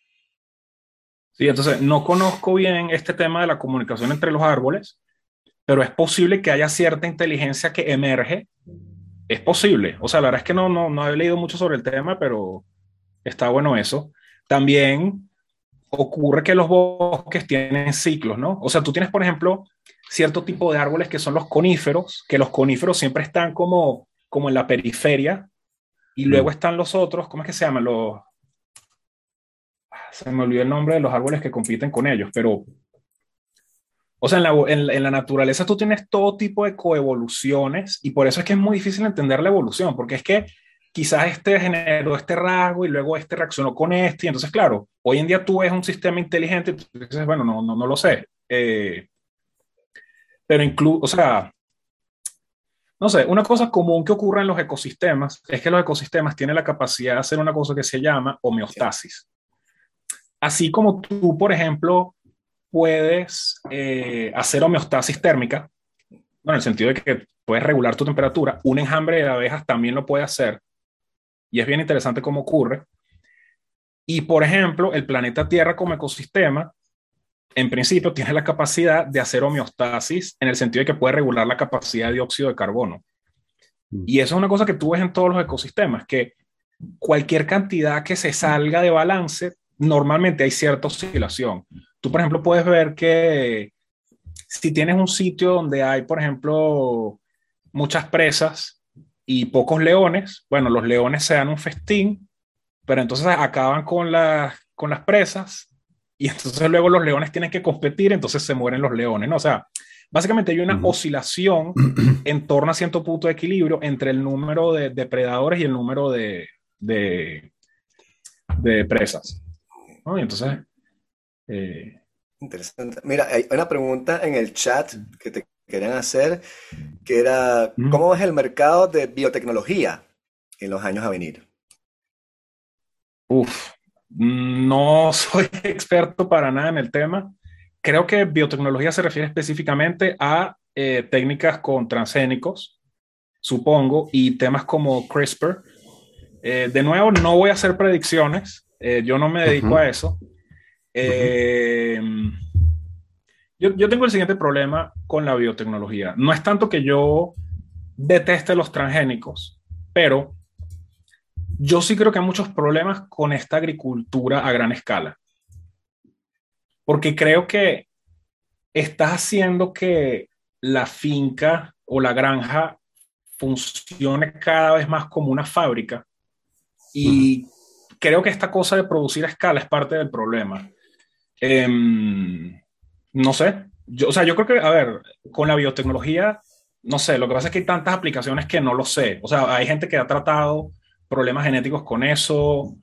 Sí, entonces no conozco bien este tema de la comunicación entre los árboles, pero es posible que haya cierta inteligencia que emerge. Es posible. O sea, la verdad es que no he leído mucho sobre el tema, pero está bueno eso. También ocurre que los bosques tienen ciclos, ¿no? O sea, tú tienes, por ejemplo, cierto tipo de árboles que son los coníferos, que los coníferos siempre están como en la periferia, y luego están los otros, ¿cómo es que se llaman? Se me olvidó el nombre de los árboles que compiten con ellos, pero, o sea, en la naturaleza tú tienes todo tipo de coevoluciones, y por eso es que es muy difícil entender la evolución, porque es que quizás este generó este rasgo y luego este reaccionó con este. Y entonces, claro, hoy en día tú ves un sistema inteligente y tú dices, bueno, no lo sé. Pero o sea, no sé, una cosa común que ocurre en los ecosistemas es que los ecosistemas tienen la capacidad de hacer una cosa que se llama homeostasis. Así como tú, por ejemplo, puedes hacer homeostasis térmica, bueno, en el sentido de que puedes regular tu temperatura, un enjambre de abejas también lo puede hacer. Y es bien interesante cómo ocurre. Y, por ejemplo, el planeta Tierra como ecosistema, en principio, tiene la capacidad de hacer homeostasis en el sentido de que puede regular la capacidad de dióxido de carbono. Y eso es una cosa que tú ves en todos los ecosistemas, que cualquier cantidad que se salga de balance, normalmente hay cierta oscilación. Tú, por ejemplo, puedes ver que si tienes un sitio donde hay, por ejemplo, muchas presas y pocos leones, bueno, los leones se dan un festín, pero entonces acaban con las presas y entonces luego los leones tienen que competir, entonces se mueren los leones, ¿no? O sea, básicamente hay una Ujú. oscilación en torno a cierto punto de equilibrio entre el número de depredadores y el número de, de presas, ¿no? Y entonces, eh, Interesante. Mira, hay una pregunta en el chat que te querían hacer, que era, mm, ¿cómo ves el mercado de biotecnología en los años a venir? uf, no soy experto para nada en el tema. Creo que biotecnología se refiere específicamente a técnicas con transgénicos, supongo, y temas como CRISPR. De nuevo, no voy a hacer predicciones, yo no me dedico a Ujú, eso. ujú, Eh, yo tengo el siguiente problema con la biotecnología. No es tanto que yo deteste los transgénicos, pero yo sí creo que hay muchos problemas con esta agricultura a gran escala, porque creo que estás haciendo que la finca o la granja funcione cada vez más como una fábrica ujú. y creo que esta cosa de producir a escala es parte del problema. No sé, o sea, yo creo que, a ver, con la biotecnología, no sé, lo que pasa es que hay tantas aplicaciones que no lo sé. O sea, hay gente que ha tratado problemas genéticos con eso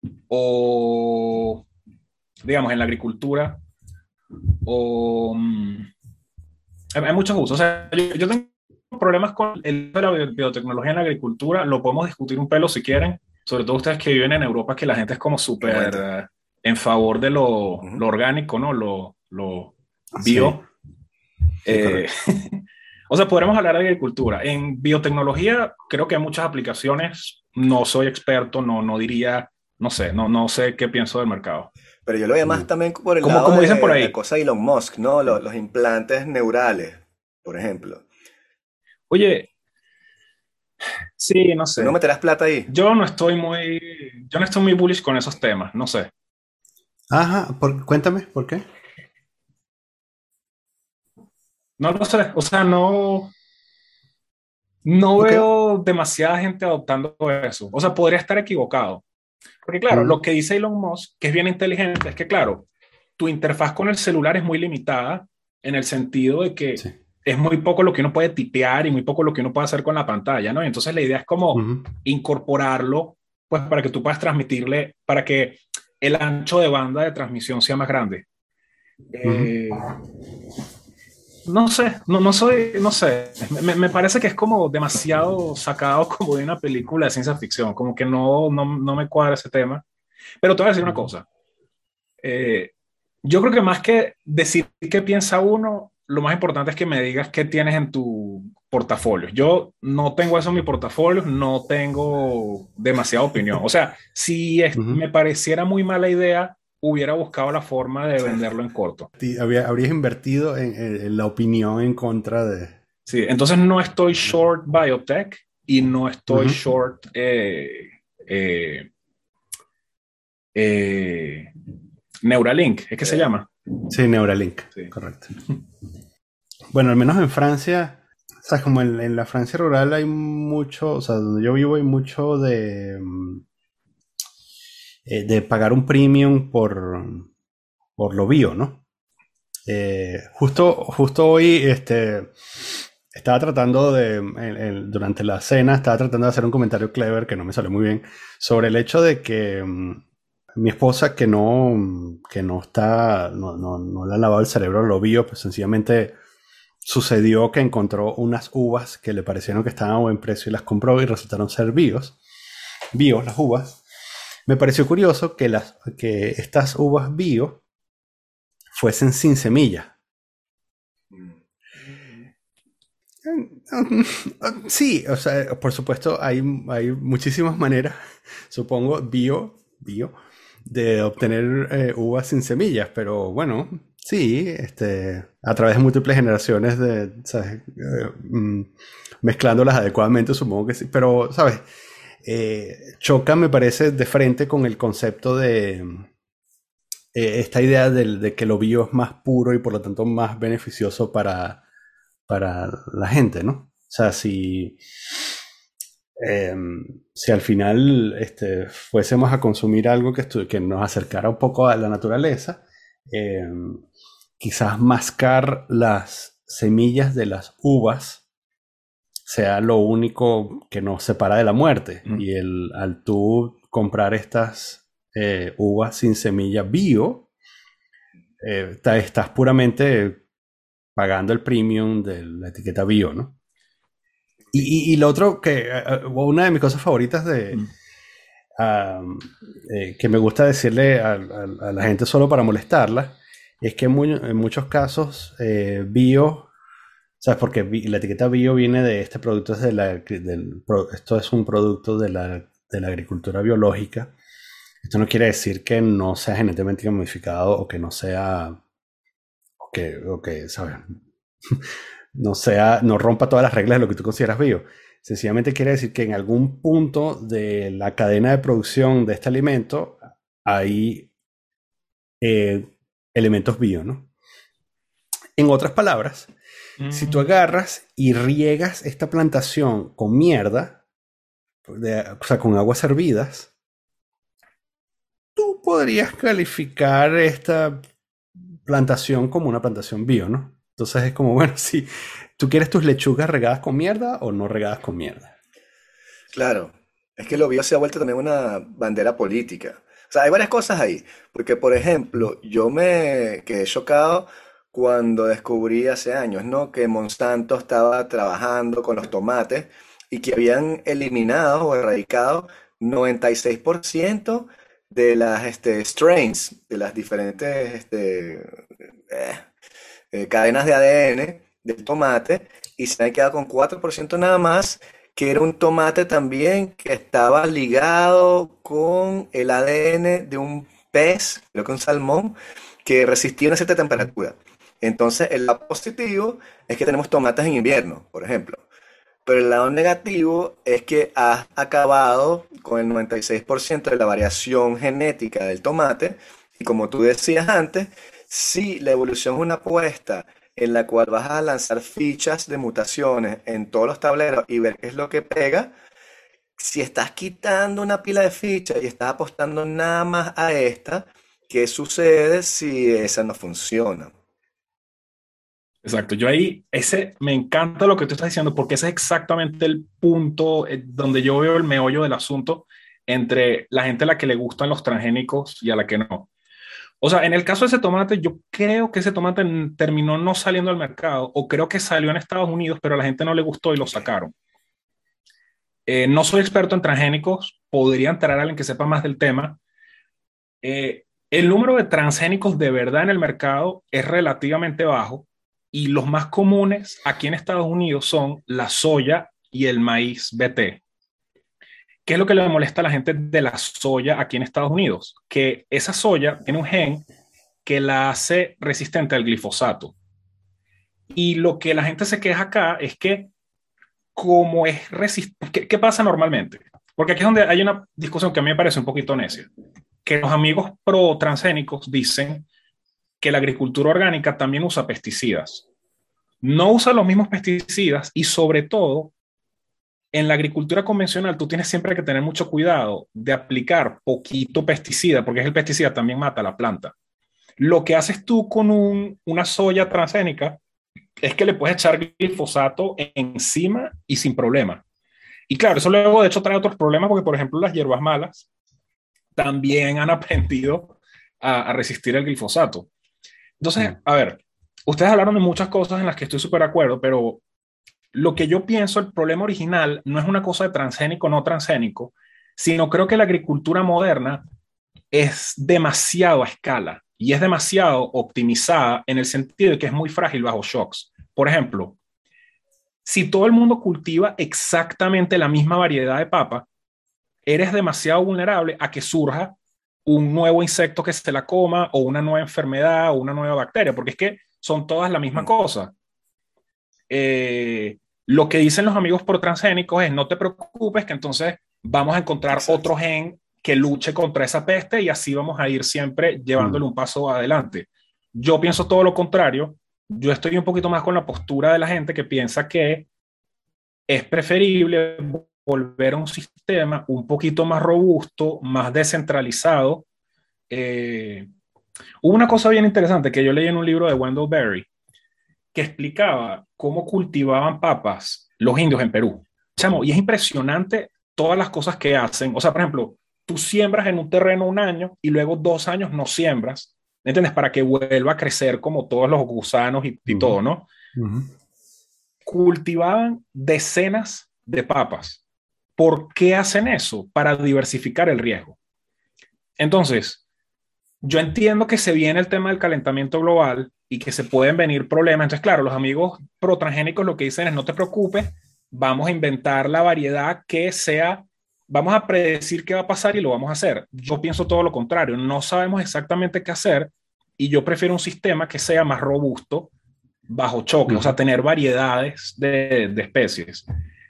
o, digamos, en la agricultura o hay muchos usos. O sea, yo tengo problemas con el de la biotecnología en la agricultura, lo podemos discutir un pelo si quieren, sobre todo ustedes que viven en Europa, que la gente es como súper Comenta. en favor de Ujú. lo orgánico, ¿no? Lo Sí, bio. sí, Eh, correcto. o sea, podremos hablar de agricultura. En biotecnología creo que hay muchas aplicaciones. No soy experto, no diría, no sé, no sé qué pienso del mercado. Pero yo lo veo más Mm. también por el Como, lado como dicen por de la ahí. cosa de Elon Musk, ¿no? Sí. Los implantes neurales, por ejemplo. Oye, sí, no ¿Tú no sé. meterás plata ahí? Yo no estoy muy bullish con esos temas, no sé. Ajá, cuéntame, ¿por qué? No lo sé, o sea, no Ok. veo demasiada gente adoptando eso. O sea, podría estar equivocado. Porque claro, lo Mm, que dice Elon Musk, que es bien inteligente, es que claro, tu interfaz con el celular es muy limitada en el sentido de que sí. es muy poco lo que uno puede tipear y muy poco lo que uno puede hacer con la pantalla, ¿no? Y entonces la idea es como Ujú, incorporarlo, pues para que tú puedas transmitirle, para que el ancho de banda de transmisión sea más grande. ujú. Eh, no sé, no sé, me parece que es como demasiado sacado como de una película de ciencia ficción, como que no me cuadra ese tema. Pero te voy a decir una Ujú. cosa, eh, yo creo que más que decir qué piensa uno, lo más importante es que me digas qué tienes en tu portafolio. Yo no tengo eso en mi portafolio, no tengo demasiada opinión. O sea, si Ujú. me pareciera muy mala idea, hubiera buscado la forma de venderlo en corto. Habrías invertido en la opinión en contra de... Sí, entonces no estoy short biotech y no estoy Ujú. short eh, eh, Neuralink, ¿es que se Ok. llama? Sí, Neuralink, Sí. correcto. Bueno, al menos en Francia, o sea, como en la Francia rural hay mucho, o sea, donde yo vivo hay mucho de pagar un premium por lo bio, ¿no? Justo hoy estaba tratando durante la cena, estaba tratando de hacer un comentario clever que no me salió muy bien sobre el hecho de que mi esposa que no está, no le ha lavado el cerebro a lo bio, pues sencillamente sucedió que encontró unas uvas que le parecieron que estaban a buen precio y las compró y resultaron ser bios las uvas. Me pareció curioso que estas uvas bio fuesen sin semillas. Sí, o sea, por supuesto hay muchísimas maneras, supongo, bio, de obtener uvas sin semillas, pero bueno, sí, a través de múltiples generaciones ¿sabes? Mezclándolas adecuadamente, supongo que sí, pero, ¿sabes? Choca, me parece, de frente con el concepto esta idea de que lo bio es más puro y por lo tanto más beneficioso para la gente, ¿no? O sea, si al final fuésemos a consumir algo que nos acercara un poco a la naturaleza, quizás mascar las semillas de las uvas sea lo único que nos separa de la muerte. Y al tú comprar estas uvas sin semilla bio, estás puramente pagando el premium de la etiqueta bio, ¿no? Y lo otro una de mis cosas favoritas que me gusta decirle a la gente solo para molestarla, es que en muchos casos bio, ¿sabes? Porque la etiqueta bio viene de este producto, esto es un producto de la agricultura biológica. Esto no quiere decir que no sea genéticamente modificado o que no sea, o que ¿sabes? no rompa todas las reglas de lo que tú consideras bio. Sencillamente quiere decir que en algún punto de la cadena de producción de este alimento hay elementos bio, ¿no? En otras palabras, si tú agarras y riegas esta plantación con mierda, o sea, con aguas hervidas, tú podrías calificar esta plantación como una plantación bio, ¿no? Entonces es como, bueno, si tú quieres tus lechugas regadas con mierda o no regadas con mierda. Claro, es que lo bio se ha vuelto también una bandera política. O sea, hay varias cosas ahí. Porque, por ejemplo, yo me quedé chocado cuando descubrí hace años, ¿no? Que Monsanto estaba trabajando con los tomates y que habían eliminado o erradicado 96% de las strains, de las diferentes cadenas de ADN del tomate, y se han quedado con 4% nada más, que era un tomate también que estaba ligado con el ADN de un pez, creo que un salmón, que resistía una cierta temperatura. Entonces, el lado positivo es que tenemos tomates en invierno, por ejemplo. Pero el lado negativo es que has acabado con el 96% de la variación genética del tomate. Y como tú decías antes, si la evolución es una apuesta en la cual vas a lanzar fichas de mutaciones en todos los tableros y ver qué es lo que pega, si estás quitando una pila de fichas y estás apostando nada más a esta, ¿qué sucede si esa no funciona? Exacto, yo ahí, me encanta lo que tú estás diciendo porque ese es exactamente el punto donde yo veo el meollo del asunto entre la gente a la que le gustan los transgénicos y a la que no. O sea, en el caso de ese tomate, yo creo que ese tomate terminó no saliendo al mercado, o creo que salió en Estados Unidos, pero a la gente no le gustó y lo sacaron. No soy experto en transgénicos, podría entrar alguien que sepa más del tema. El número de transgénicos de verdad en el mercado es relativamente bajo y los más comunes aquí en Estados Unidos son la soya y el maíz BT. ¿Qué es lo que le molesta a la gente de la soya aquí en Estados Unidos? Que esa soya tiene un gen que la hace resistente al glifosato. Y lo que la gente se queja acá es que como es resistente, ¿qué pasa normalmente? Porque aquí es donde hay una discusión que a mí me parece un poquito necia, que los amigos pro transgénicos dicen que la agricultura orgánica también usa pesticidas. No usa los mismos pesticidas y sobre todo en la agricultura convencional tú tienes siempre que tener mucho cuidado de aplicar poquito pesticida, porque el pesticida también mata a la planta. Lo que haces tú con una soya transgénica es que le puedes echar glifosato encima y sin problema. Y claro, eso luego de hecho trae otros problemas porque, por ejemplo, las hierbas malas también han aprendido a resistir el glifosato. Entonces, a ver, ustedes hablaron de muchas cosas en las que estoy súper de acuerdo, pero lo que yo pienso, el problema original no es una cosa de transgénico o no transgénico, sino creo que la agricultura moderna es demasiado a escala y es demasiado optimizada en el sentido de que es muy frágil bajo shocks. Por ejemplo, si todo el mundo cultiva exactamente la misma variedad de papa, eres demasiado vulnerable a que surja un nuevo insecto que se la coma o una nueva enfermedad o una nueva bacteria, porque es que son todas la misma cosa. Lo que dicen los amigos pro transgénicos es no te preocupes que entonces vamos a encontrar otro gen que luche contra esa peste y así vamos a ir siempre llevándole un paso adelante. Yo pienso todo lo contrario. Yo estoy un poquito más con la postura de la gente que piensa que es preferible volver a un sistema un poquito más robusto, más descentralizado. Hubo una cosa bien interesante que yo leí en un libro de Wendell Berry que explicaba cómo cultivaban papas los indios en Perú. Chamo, y es impresionante todas las cosas que hacen. O sea, por ejemplo, tú siembras en un terreno un año y luego 2 años no siembras, ¿me entiendes? Para que vuelva a crecer como todos los gusanos y todo, ¿no? Cultivaban decenas de papas. ¿Por qué hacen eso? Para diversificar el riesgo. Entonces, yo entiendo que se viene el tema del calentamiento global y que se pueden venir problemas. Entonces, claro, los amigos pro-transgénicos lo que dicen es no te preocupes, vamos a inventar la variedad que sea, vamos a predecir qué va a pasar y lo vamos a hacer. Yo pienso todo lo contrario, no sabemos exactamente qué hacer y yo prefiero un sistema que sea más robusto bajo choque, o sea, tener variedades de especies.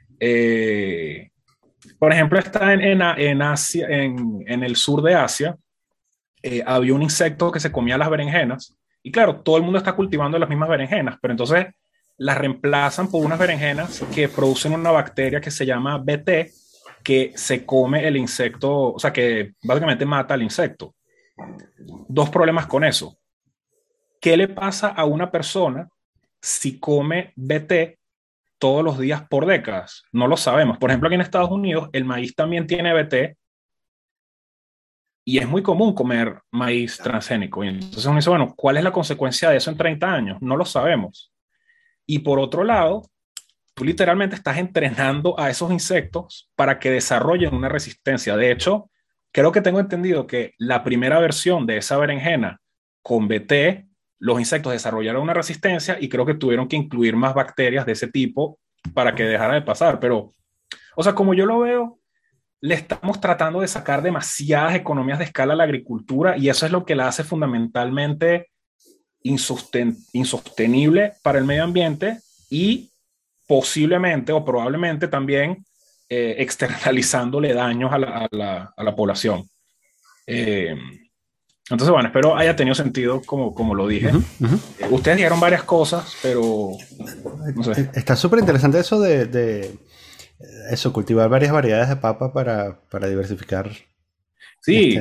Por ejemplo, está en Asia, en el sur de Asia, había un insecto que se comía las berenjenas. Y claro, todo el mundo está cultivando las mismas berenjenas, pero entonces las reemplazan por unas berenjenas que producen una bacteria que se llama BT, que se come el insecto, o sea, que básicamente mata al insecto. Dos problemas con eso. ¿Qué le pasa a una persona si come BT todos los días por décadas? No lo sabemos. Por ejemplo, aquí en Estados Unidos, el maíz también tiene BT y es muy común comer maíz transgénico. Y entonces uno dice, bueno, ¿cuál es la consecuencia de eso en 30 años? No lo sabemos. Y por otro lado, tú literalmente estás entrenando a esos insectos para que desarrollen una resistencia. De hecho, creo que tengo entendido que la primera versión de esa berenjena con BT, los insectos desarrollaron una resistencia y creo que tuvieron que incluir más bacterias de ese tipo para que dejara de pasar. Pero, o sea, como yo lo veo, le estamos tratando de sacar demasiadas economías de escala a la agricultura y eso es lo que la hace fundamentalmente insostenible para el medio ambiente y posiblemente o probablemente también externalizándole daños a la población. Entonces, bueno, espero haya tenido sentido como lo dije. Ustedes dijeron varias cosas, pero no sé. Está súper interesante eso de eso, cultivar varias variedades de papa para diversificar. Sí.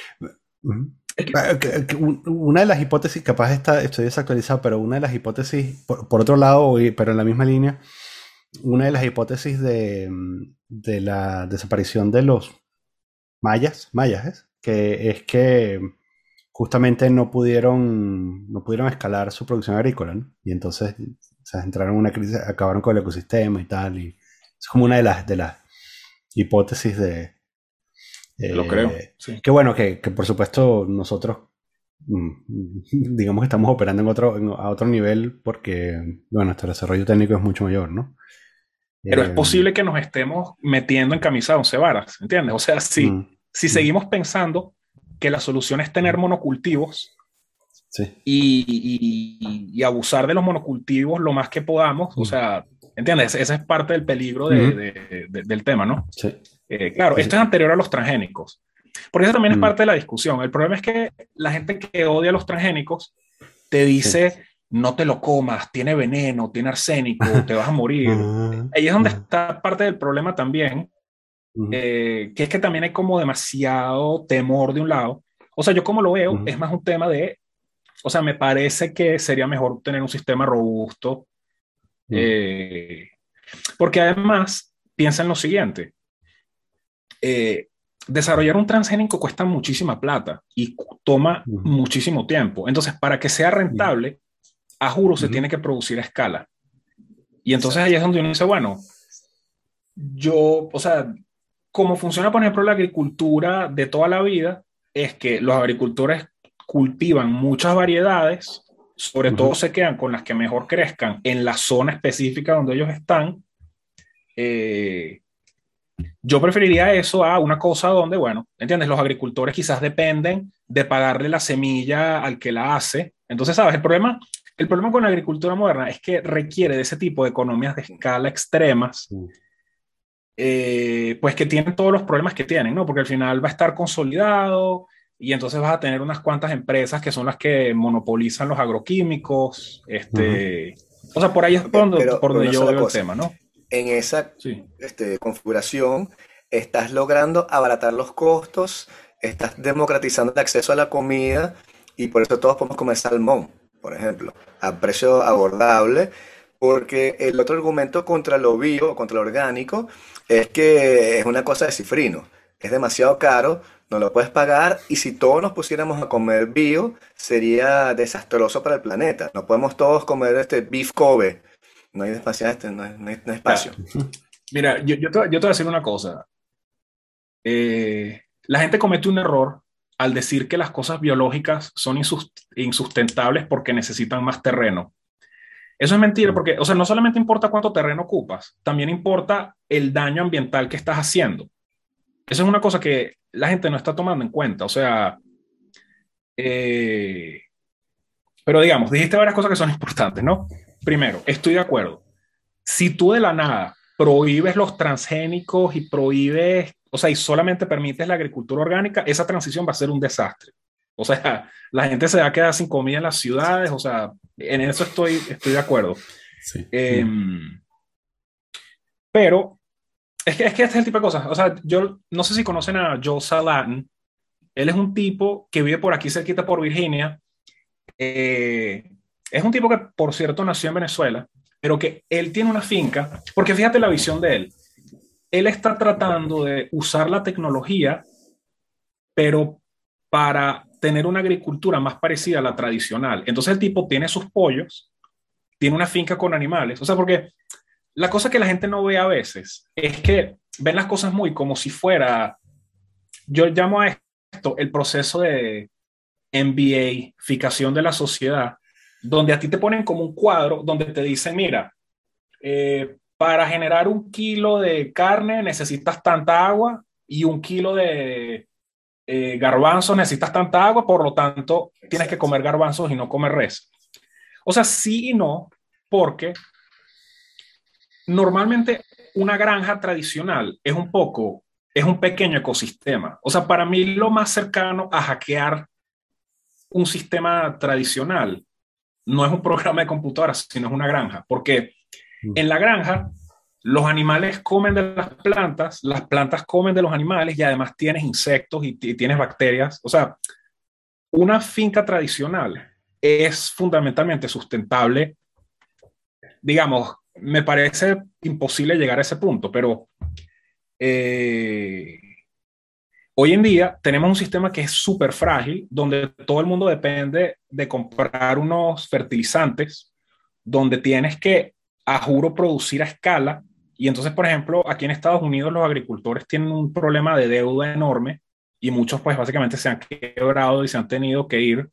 Una de las hipótesis, capaz estoy desactualizado, pero una de las hipótesis, por otro lado, pero en la misma línea, una de las hipótesis de la desaparición de los mayas, que es que justamente no pudieron escalar su producción agrícola, ¿no? Y entonces entraron en una crisis, acabaron con el ecosistema y tal, y es como una de las hipótesis de... Lo creo, sí. Que bueno, que por supuesto nosotros digamos que estamos operando a otro nivel porque, bueno, nuestro desarrollo técnico es mucho mayor, ¿no? Pero es posible que nos estemos metiendo en camisa de 11 varas, ¿entiendes? O sea, si seguimos pensando que la solución es tener monocultivos y abusar de los monocultivos lo más que podamos, o sea, ¿entiendes? Ese es parte del peligro del tema, ¿no? Sí. Claro, esto es anterior a los transgénicos, porque eso también es parte de la discusión. El problema es que la gente que odia a los transgénicos te dice, no te lo comas, tiene veneno, tiene arsénico, te vas a morir. Ahí es donde está parte del problema también, que es que también hay como demasiado temor de un lado. O sea, yo como lo veo, es más un tema de, o sea, me parece que sería mejor tener un sistema robusto, porque además, piensa en lo siguiente, desarrollar un transgénico cuesta muchísima plata y toma muchísimo tiempo. Entonces, para que sea rentable, a juro se tiene que producir a escala. Y entonces ahí es donde uno dice, bueno, o sea, como funciona, por ejemplo, la agricultura de toda la vida, es que los agricultores cultivan muchas variedades, sobre todo se quedan con las que mejor crezcan en la zona específica donde ellos están. Yo preferiría eso a una cosa donde, bueno, ¿entiendes? Los agricultores quizás dependen de pagarle la semilla al que la hace. Entonces, ¿sabes? El problema con la agricultura moderna es que requiere de ese tipo de economías de escala extremas pues que tienen todos los problemas que tienen, ¿no? Porque al final va a estar consolidado y entonces vas a tener unas cuantas empresas que son las que monopolizan los agroquímicos, Ujú. o sea, por ahí es Ok, por pero donde una yo sola veo el cosa. tema, ¿no? En esa Sí. configuración estás logrando abaratar los costos, estás democratizando el acceso a la comida y por eso todos podemos comer salmón, por ejemplo, a precio abordable, porque el otro argumento contra lo bio, contra lo orgánico, es que es una cosa de cifrino, es demasiado caro, no lo puedes pagar y si todos nos pusiéramos a comer bio sería desastroso para el planeta. No podemos todos comer este beef Kobe, no hay espacio, no hay espacio. Mira, mira, yo te voy a decir una cosa. La gente comete un error al decir que las cosas biológicas son insustentables porque necesitan más terreno. Eso es mentira Mm. porque, o sea, no solamente importa cuánto terreno ocupas, también importa el daño ambiental que estás haciendo. Eso es una cosa que la gente no está tomando en cuenta. O sea, eh, pero digamos, dijiste varias cosas que son importantes, ¿no? Primero, estoy de acuerdo. Si tú de la nada prohíbes los transgénicos y prohíbes, o sea, y solamente permites la agricultura orgánica, esa transición va a ser un desastre. O sea, la gente se va a quedar sin comida en las ciudades, o sea, en eso estoy de acuerdo. Sí. Eh, Mm. pero es que este es el tipo de cosas. O sea, yo no sé si conocen a Joe Salatin. Él es un tipo que vive por aquí cerquita por Virginia. Eh, es un tipo que, por cierto, nació en Venezuela, pero que él tiene una finca, porque fíjate la visión de él. Él está tratando de usar la tecnología, pero para tener una agricultura más parecida a la tradicional. Entonces el tipo tiene sus pollos, tiene una finca con animales. O sea, porque la cosa que la gente no ve a veces es que ven las cosas muy como si fuera, yo llamo a esto el proceso de MBA-ficación de la sociedad, donde a ti te ponen como un cuadro donde te dicen, mira, para generar un kilo de carne necesitas tanta agua y un kilo de garbanzos necesitas tanta agua, por lo tanto tienes que Exacto. comer garbanzos y no comer res. O sea, sí y no, porque normalmente una granja tradicional es un pequeño ecosistema. O sea, para mí lo más cercano a hackear un sistema tradicional no es un programa de computadora, sino es una granja, porque Mm. en la granja los animales comen de las plantas comen de los animales y además tienes insectos y tienes bacterias. O sea, una finca tradicional es fundamentalmente sustentable. Digamos, me parece imposible llegar a ese punto, pero eh, hoy en día tenemos un sistema que es súper frágil, donde todo el mundo depende de comprar unos fertilizantes, donde tienes que, a juro, producir a escala. Y entonces, por ejemplo, aquí en Estados Unidos los agricultores tienen un problema de deuda enorme y muchos pues básicamente se han quebrado y se han tenido que ir.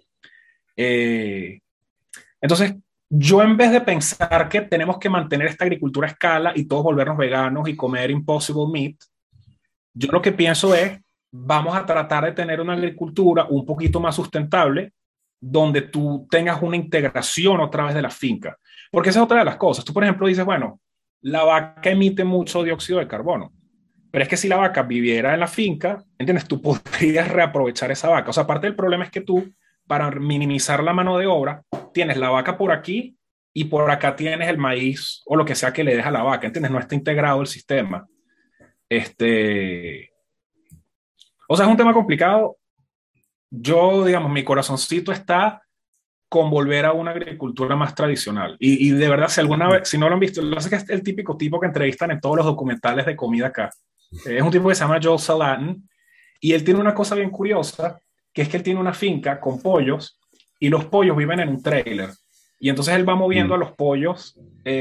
Eh, entonces, yo en vez de pensar que tenemos que mantener esta agricultura a escala y todos volvernos veganos y comer impossible meat, yo lo que pienso es, vamos a tratar de tener una agricultura un poquito más sustentable, donde tú tengas una integración otra vez de la finca. Porque esa es otra de las cosas. Tú, por ejemplo, dices, bueno, la vaca emite mucho dióxido de carbono, pero es que si la vaca viviera en la finca, ¿entiendes? Tú podrías reaprovechar esa vaca. O sea, aparte del problema es que tú, para minimizar la mano de obra, tienes la vaca por aquí y por acá tienes el maíz o lo que sea que le deja a la vaca, ¿entiendes? No está integrado el sistema. Este, o sea, es un tema complicado. Yo, digamos, mi corazoncito está con volver a una agricultura más tradicional. Y de verdad, si alguna vez, si no lo han visto, lo sé que es el típico tipo que entrevistan en todos los documentales de comida acá. Es un tipo que se llama Joel Salatin y él tiene una cosa bien curiosa, que es que él tiene una finca con pollos y los pollos viven en un trailer. Y entonces él va moviendo Mm. a los pollos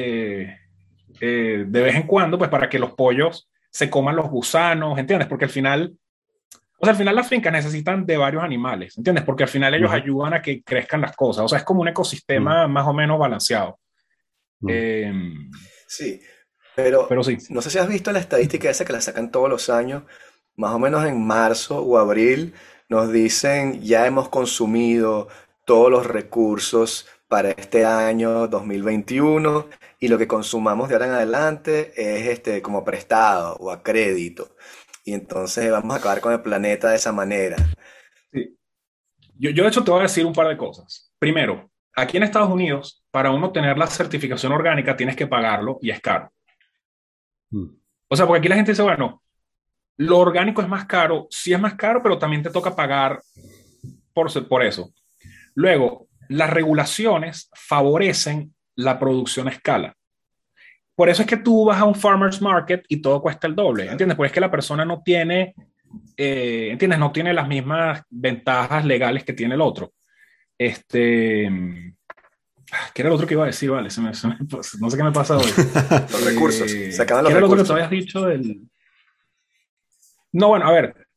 de vez en cuando, pues para que los pollos se coman los gusanos, ¿entiendes? Porque al final, o sea, al final las fincas necesitan de varios animales, ¿entiendes? Porque al final ellos Ujú. ayudan a que crezcan las cosas. O sea, es como un Mm. ecosistema más o menos balanceado. Mm. Eh, Sí, pero pero sí. no sé si has visto la estadística esa que la sacan todos los años, más o menos en marzo o abril, nos dicen ya hemos consumido todos los recursos para este año 2021 y lo que consumamos de ahora en adelante es como prestado o a crédito. Y entonces vamos a acabar con el planeta de esa manera. Sí. Yo de hecho te voy a decir un par de cosas. Primero, aquí en Estados Unidos, para uno tener la certificación orgánica tienes que pagarlo y es caro. Mm. O sea, porque aquí la gente dice, bueno, lo orgánico es más caro, sí es más caro, pero también te toca pagar por eso. Luego, las regulaciones favorecen la producción a escala. Por eso es que tú vas a un farmer's market y todo cuesta el doble, Claro. ¿entiendes? Porque es que la persona no tiene, ¿entiendes? No tiene las mismas ventajas legales que tiene el otro. Este, ¿qué era el otro que iba a decir? Vale, no sé qué me pasa hoy. Los recursos, se acaban ¿Qué los era el otro que tú recursos. habías dicho del... No, bueno,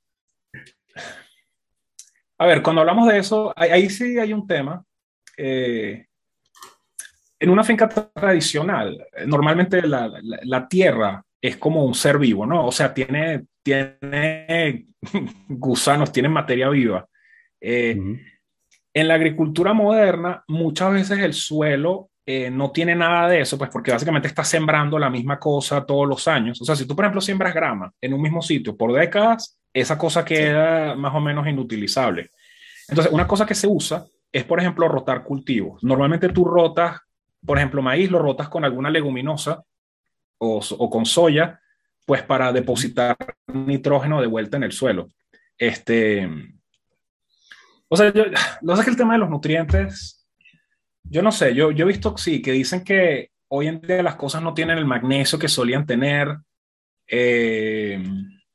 a ver, cuando hablamos de eso, ahí sí hay un tema. Eh, en una finca tradicional, normalmente la tierra es como un ser vivo, ¿no? O sea, tiene gusanos, tiene materia viva. Eh, Ujú. en la agricultura moderna, muchas veces el suelo no tiene nada de eso, pues porque básicamente está sembrando la misma cosa todos los años. O sea, si tú, por ejemplo, siembras grama en un mismo sitio por décadas, esa cosa Sí. queda más o menos inutilizable. Entonces, una cosa que se usa es, por ejemplo, rotar cultivos. Normalmente tú rotas, por ejemplo, maíz, lo rotas con alguna leguminosa o con soya, pues para Ujú. depositar nitrógeno de vuelta en el suelo. Este, o sea, lo que pasa es que el tema de los nutrientes, yo no sé, yo he visto, sí, que dicen que hoy en día las cosas no tienen el magnesio que solían tener. Eh,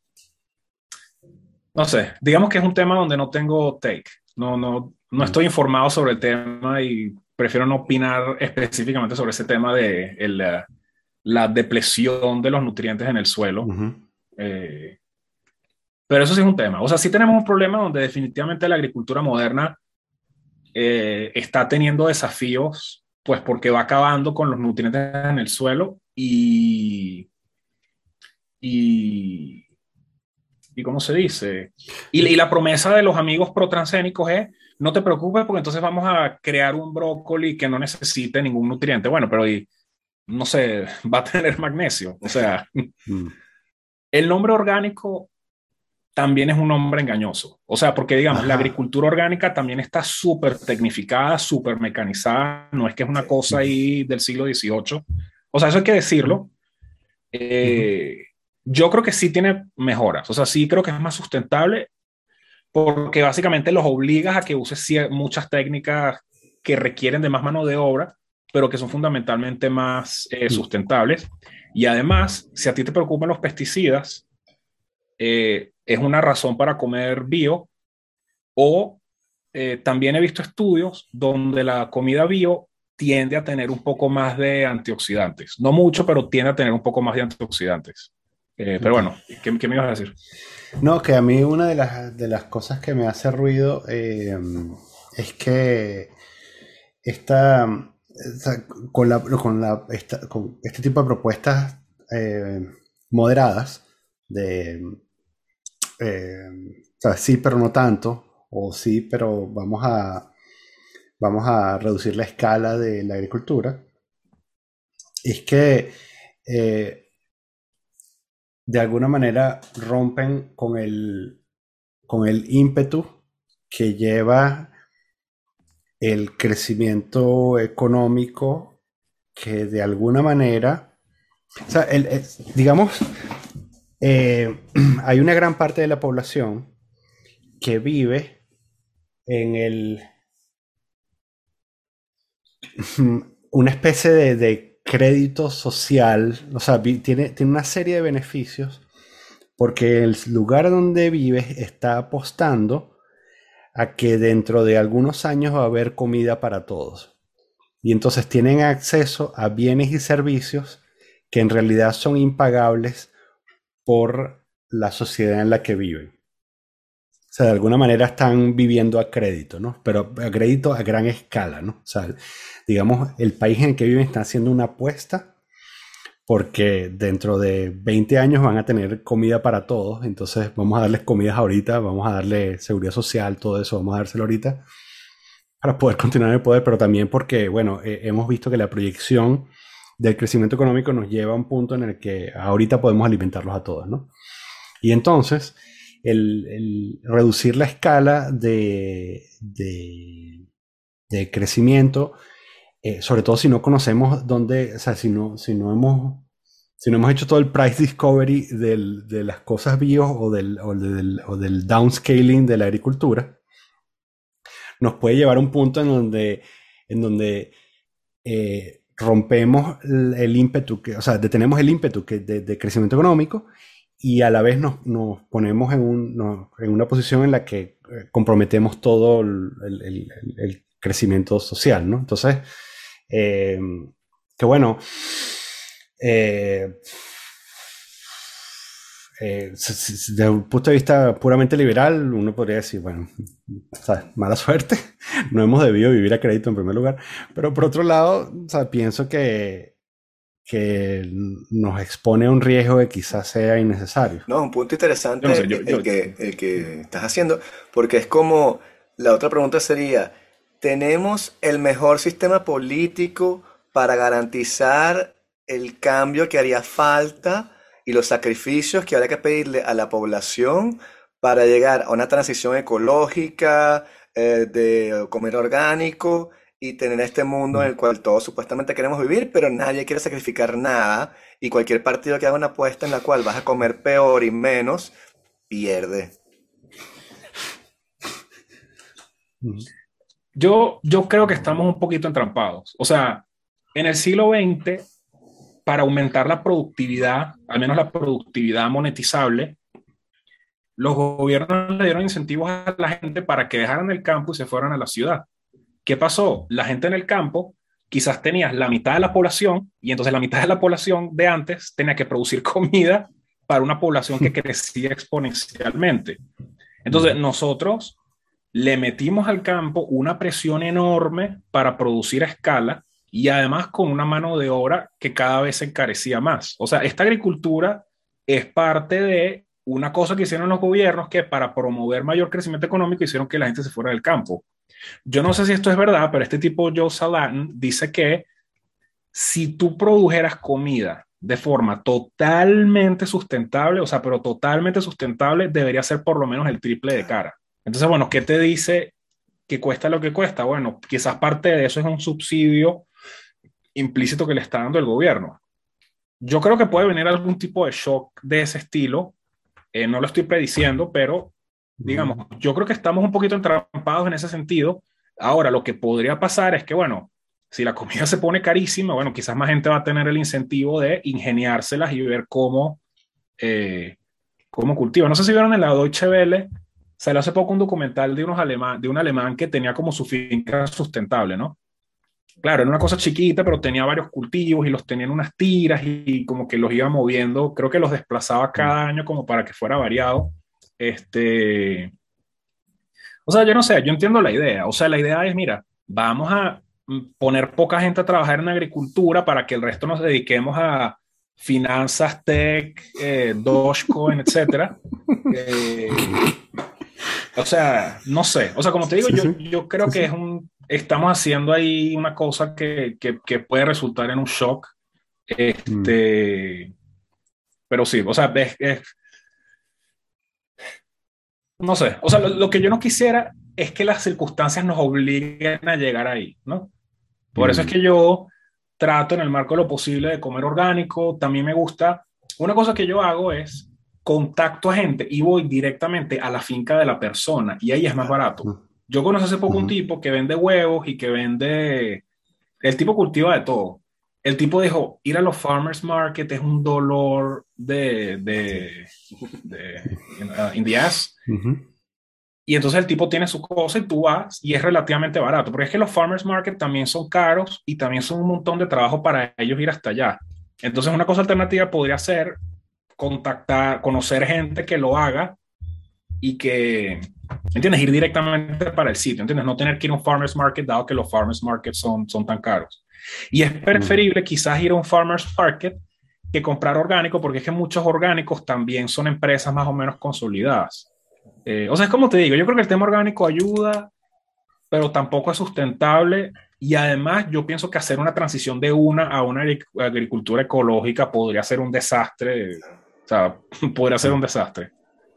no sé, digamos que es un tema donde no tengo take. No Mm. estoy informado sobre el tema y prefiero no opinar específicamente sobre ese tema de la depleción de los nutrientes en el suelo. Ujú. Eh, pero eso sí es un tema. O sea, sí tenemos un problema donde definitivamente la agricultura moderna está teniendo desafíos, pues porque va acabando con los nutrientes en el suelo y ¿y cómo se dice? Y la promesa de los amigos protransgénicos es, no te preocupes porque entonces vamos a crear un brócoli que no necesite ningún nutriente. Bueno, pero no sé, va a tener magnesio. O sea, Mm. el nombre orgánico también es un nombre engañoso. O sea, porque digamos, la Ajá. agricultura orgánica también está súper tecnificada, súper mecanizada. No es que es una Sí. cosa Mm. ahí del siglo XVIII. O sea, eso hay que decirlo. Ujú. Eh, yo creo que sí tiene mejoras. O sea, sí creo que es más sustentable porque básicamente los obligas a que uses muchas técnicas que requieren de más mano de obra, pero que son fundamentalmente más Mm. sustentables. Y además, si a ti te preocupan los pesticidas, es una razón para comer bio o también he visto estudios donde la comida bio tiende a tener un poco más de antioxidantes. No mucho, pero tiende a tener un poco más de antioxidantes. Pero Ok. bueno, ¿qué me ibas a decir? No, que a mí una de las cosas que me hace ruido es que con este tipo de propuestas eh, moderadas de eh, o sea, sí pero no tanto, o sí pero vamos a reducir la escala de la agricultura, es que eh, de alguna manera rompen con el ímpetu que lleva el crecimiento económico que de alguna manera, o sea, digamos, hay una gran parte de la población que vive en una especie de crédito social, o sea, tiene una serie de beneficios porque el lugar donde vive está apostando a que dentro de algunos años va a haber comida para todos. Y entonces tienen acceso a bienes y servicios que en realidad son impagables por la sociedad en la que viven. O sea, de alguna manera están viviendo a crédito, ¿no? Pero a crédito a gran escala, ¿no? O sea, digamos, el país en el que viven está haciendo una apuesta porque dentro de 20 años van a tener comida para todos, entonces vamos a darles comidas ahorita, vamos a darle seguridad social, todo eso, vamos a dárselo ahorita. para poder continuar en el poder, pero también porque, bueno, hemos visto que la proyección del crecimiento económico nos lleva a un punto en el que ahorita podemos alimentarlos a todos, ¿no? Y entonces, el reducir la escala de crecimiento, sobre todo si no conocemos dónde, o sea, si no hemos hecho todo el price discovery de las cosas bio o del downscaling de la agricultura, nos puede llevar a un punto en donde rompemos el ímpetu, o sea, detenemos el ímpetu de crecimiento económico y a la vez nos ponemos en una posición en la que comprometemos todo el crecimiento social, ¿no? Entonces, que bueno, desde un punto de vista puramente liberal, uno podría decir, bueno, ¿sabes? Mala suerte, no hemos debido vivir a crédito en primer lugar, pero por otro lado, o sea, pienso que nos expone a un riesgo que quizás sea innecesario. No, un punto Yo no sé, interesante el que estás haciendo, porque es como, la otra pregunta sería, ¿tenemos el mejor sistema político para garantizar el cambio que haría falta y los sacrificios que habría que pedirle a la población para llegar a una transición ecológica, de comer orgánico y tener este mundo en el cual todos supuestamente queremos vivir, pero nadie quiere sacrificar nada y cualquier partido que haga una apuesta en la cual vas a comer peor y menos, pierde? yo creo que estamos un poquito entrampados. O sea, en el siglo XX, para aumentar la productividad, al menos la productividad monetizable, los gobiernos le dieron incentivos a la gente para que dejaran el campo y se fueran a la ciudad. ¿Qué pasó? La gente en el campo quizás tenía la mitad de la población y entonces la mitad de la población de antes tenía que producir comida para una población que crecía exponencialmente. Entonces nosotros le metimos al campo una presión enorme para producir a escala y además con una mano de obra que cada vez se encarecía más. O sea, esta agricultura es parte de una cosa que hicieron los gobiernos que para promover mayor crecimiento económico hicieron que la gente se fuera del campo. Yo no sé si esto es verdad, pero este tipo Joe Salatin dice que si tú produjeras comida de forma totalmente sustentable, o sea, pero totalmente sustentable, debería ser por lo menos el triple de cara. Entonces, bueno, ¿qué te dice que cuesta lo que cuesta? Bueno, quizás parte de eso es un subsidio implícito que le está dando el gobierno. Yo creo que puede venir algún tipo de shock de ese estilo. No lo estoy prediciendo, pero digamos, yo creo que estamos un poquito entrampados en ese sentido. Ahora, lo que podría pasar es que, bueno, si la comida se pone carísima, bueno, quizás más gente va a tener el incentivo de ingeniárselas y ver cómo cultiva. No sé si vieron en la Deutsche Welle, salió hace poco un documental de un alemán que tenía como su finca sustentable, ¿no? Claro, era una cosa chiquita, pero tenía varios cultivos y los tenía en unas tiras y como que los iba moviendo. Creo que los desplazaba cada año como para que fuera variado. O sea, yo no sé, yo entiendo la idea. O sea, la idea es, mira, vamos a poner poca gente a trabajar en agricultura para que el resto nos dediquemos a finanzas, tech, Dogecoin, etcétera. Eh, o sea, no sé. O sea, como te digo, Sí, sí, yo creo sí, que sí. estamos haciendo ahí una cosa que puede resultar en un shock. Mm, Este, pero sí, o sea, no sé. O sea, lo que yo no quisiera es que las circunstancias nos obliguen a llegar ahí, ¿no? Por eso es mm, que yo trato en el marco de lo posible de comer orgánico. También me gusta. Una cosa que yo hago es contacto a gente y voy directamente a la finca de la persona y ahí es más barato. mm, Yo conocí hace poco un ujú. tipo que vende huevos y que vende. El tipo cultiva de todo. El tipo dijo: ir a los farmers market es un dolor in the ass. Ujú. Y entonces el tipo tiene su cosa y tú vas y es relativamente barato. Porque es que los farmers market también son caros y también son un montón de trabajo para ellos ir hasta allá. Entonces una cosa alternativa podría ser contactar, conocer gente que lo haga y que, ¿entiendes? Ir directamente para el sitio, ¿entiendes? No tener que ir a un farmers market dado que los farmers market son tan caros. Y es Mm. preferible quizás ir a un farmers market que comprar orgánico porque es que muchos orgánicos también son empresas más o menos consolidadas. O sea, es como te digo, yo creo que el tema orgánico ayuda, pero tampoco es sustentable. Y además yo pienso que hacer una transición de una a una agricultura ecológica podría ser un desastre. O sea, podría ser un desastre.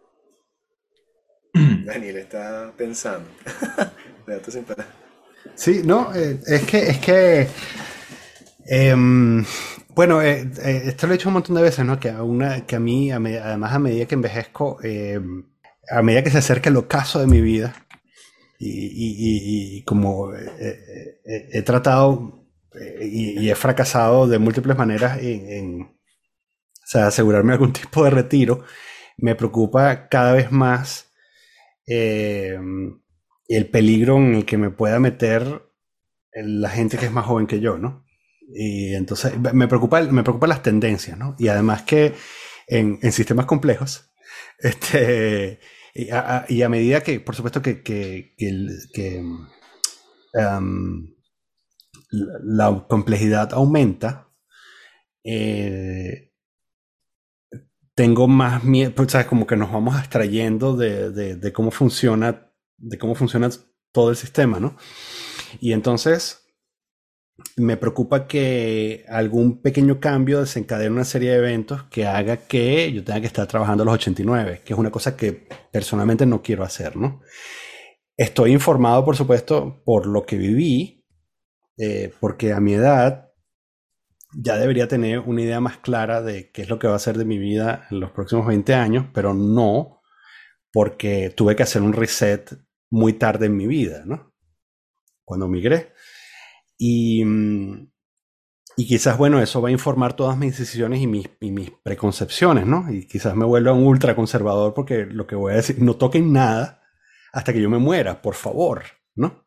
Daniel está pensando. Déjate sin parar. Sí, no, em, bueno, esto lo he dicho un montón de veces, ¿no? Que a mí, además a medida que envejezco, a medida que se acerca el ocaso de mi vida, y como he tratado y he fracasado de múltiples maneras o sea, asegurarme algún tipo de retiro, me preocupa cada vez más eh, el peligro en el que me pueda meter la gente que es más joven que yo, ¿no? Y entonces me preocupa las tendencias, ¿no? Y además que en sistemas complejos, y a medida que, por supuesto, um, la complejidad aumenta, eh, tengo más miedo, pues, ¿sabes? Como que nos vamos abstrayendo de cómo funciona todo el sistema, ¿no? Y entonces me preocupa que algún pequeño cambio desencadene una serie de eventos que haga que yo tenga que estar trabajando a los 89, que es una cosa que personalmente no quiero hacer, ¿no? Estoy informado, por supuesto, por lo que viví, porque a mi edad ya debería tener una idea más clara de qué es lo que va a ser de mi vida en los próximos 20 años, pero no porque tuve que hacer un reset muy tarde en mi vida, ¿no? Cuando migré. Y, y quizás, bueno, eso va a informar todas mis decisiones y mis preconcepciones, ¿no? Y quizás me vuelva un ultraconservador porque lo que voy a decir, no toquen nada hasta que yo me muera, por favor, ¿no?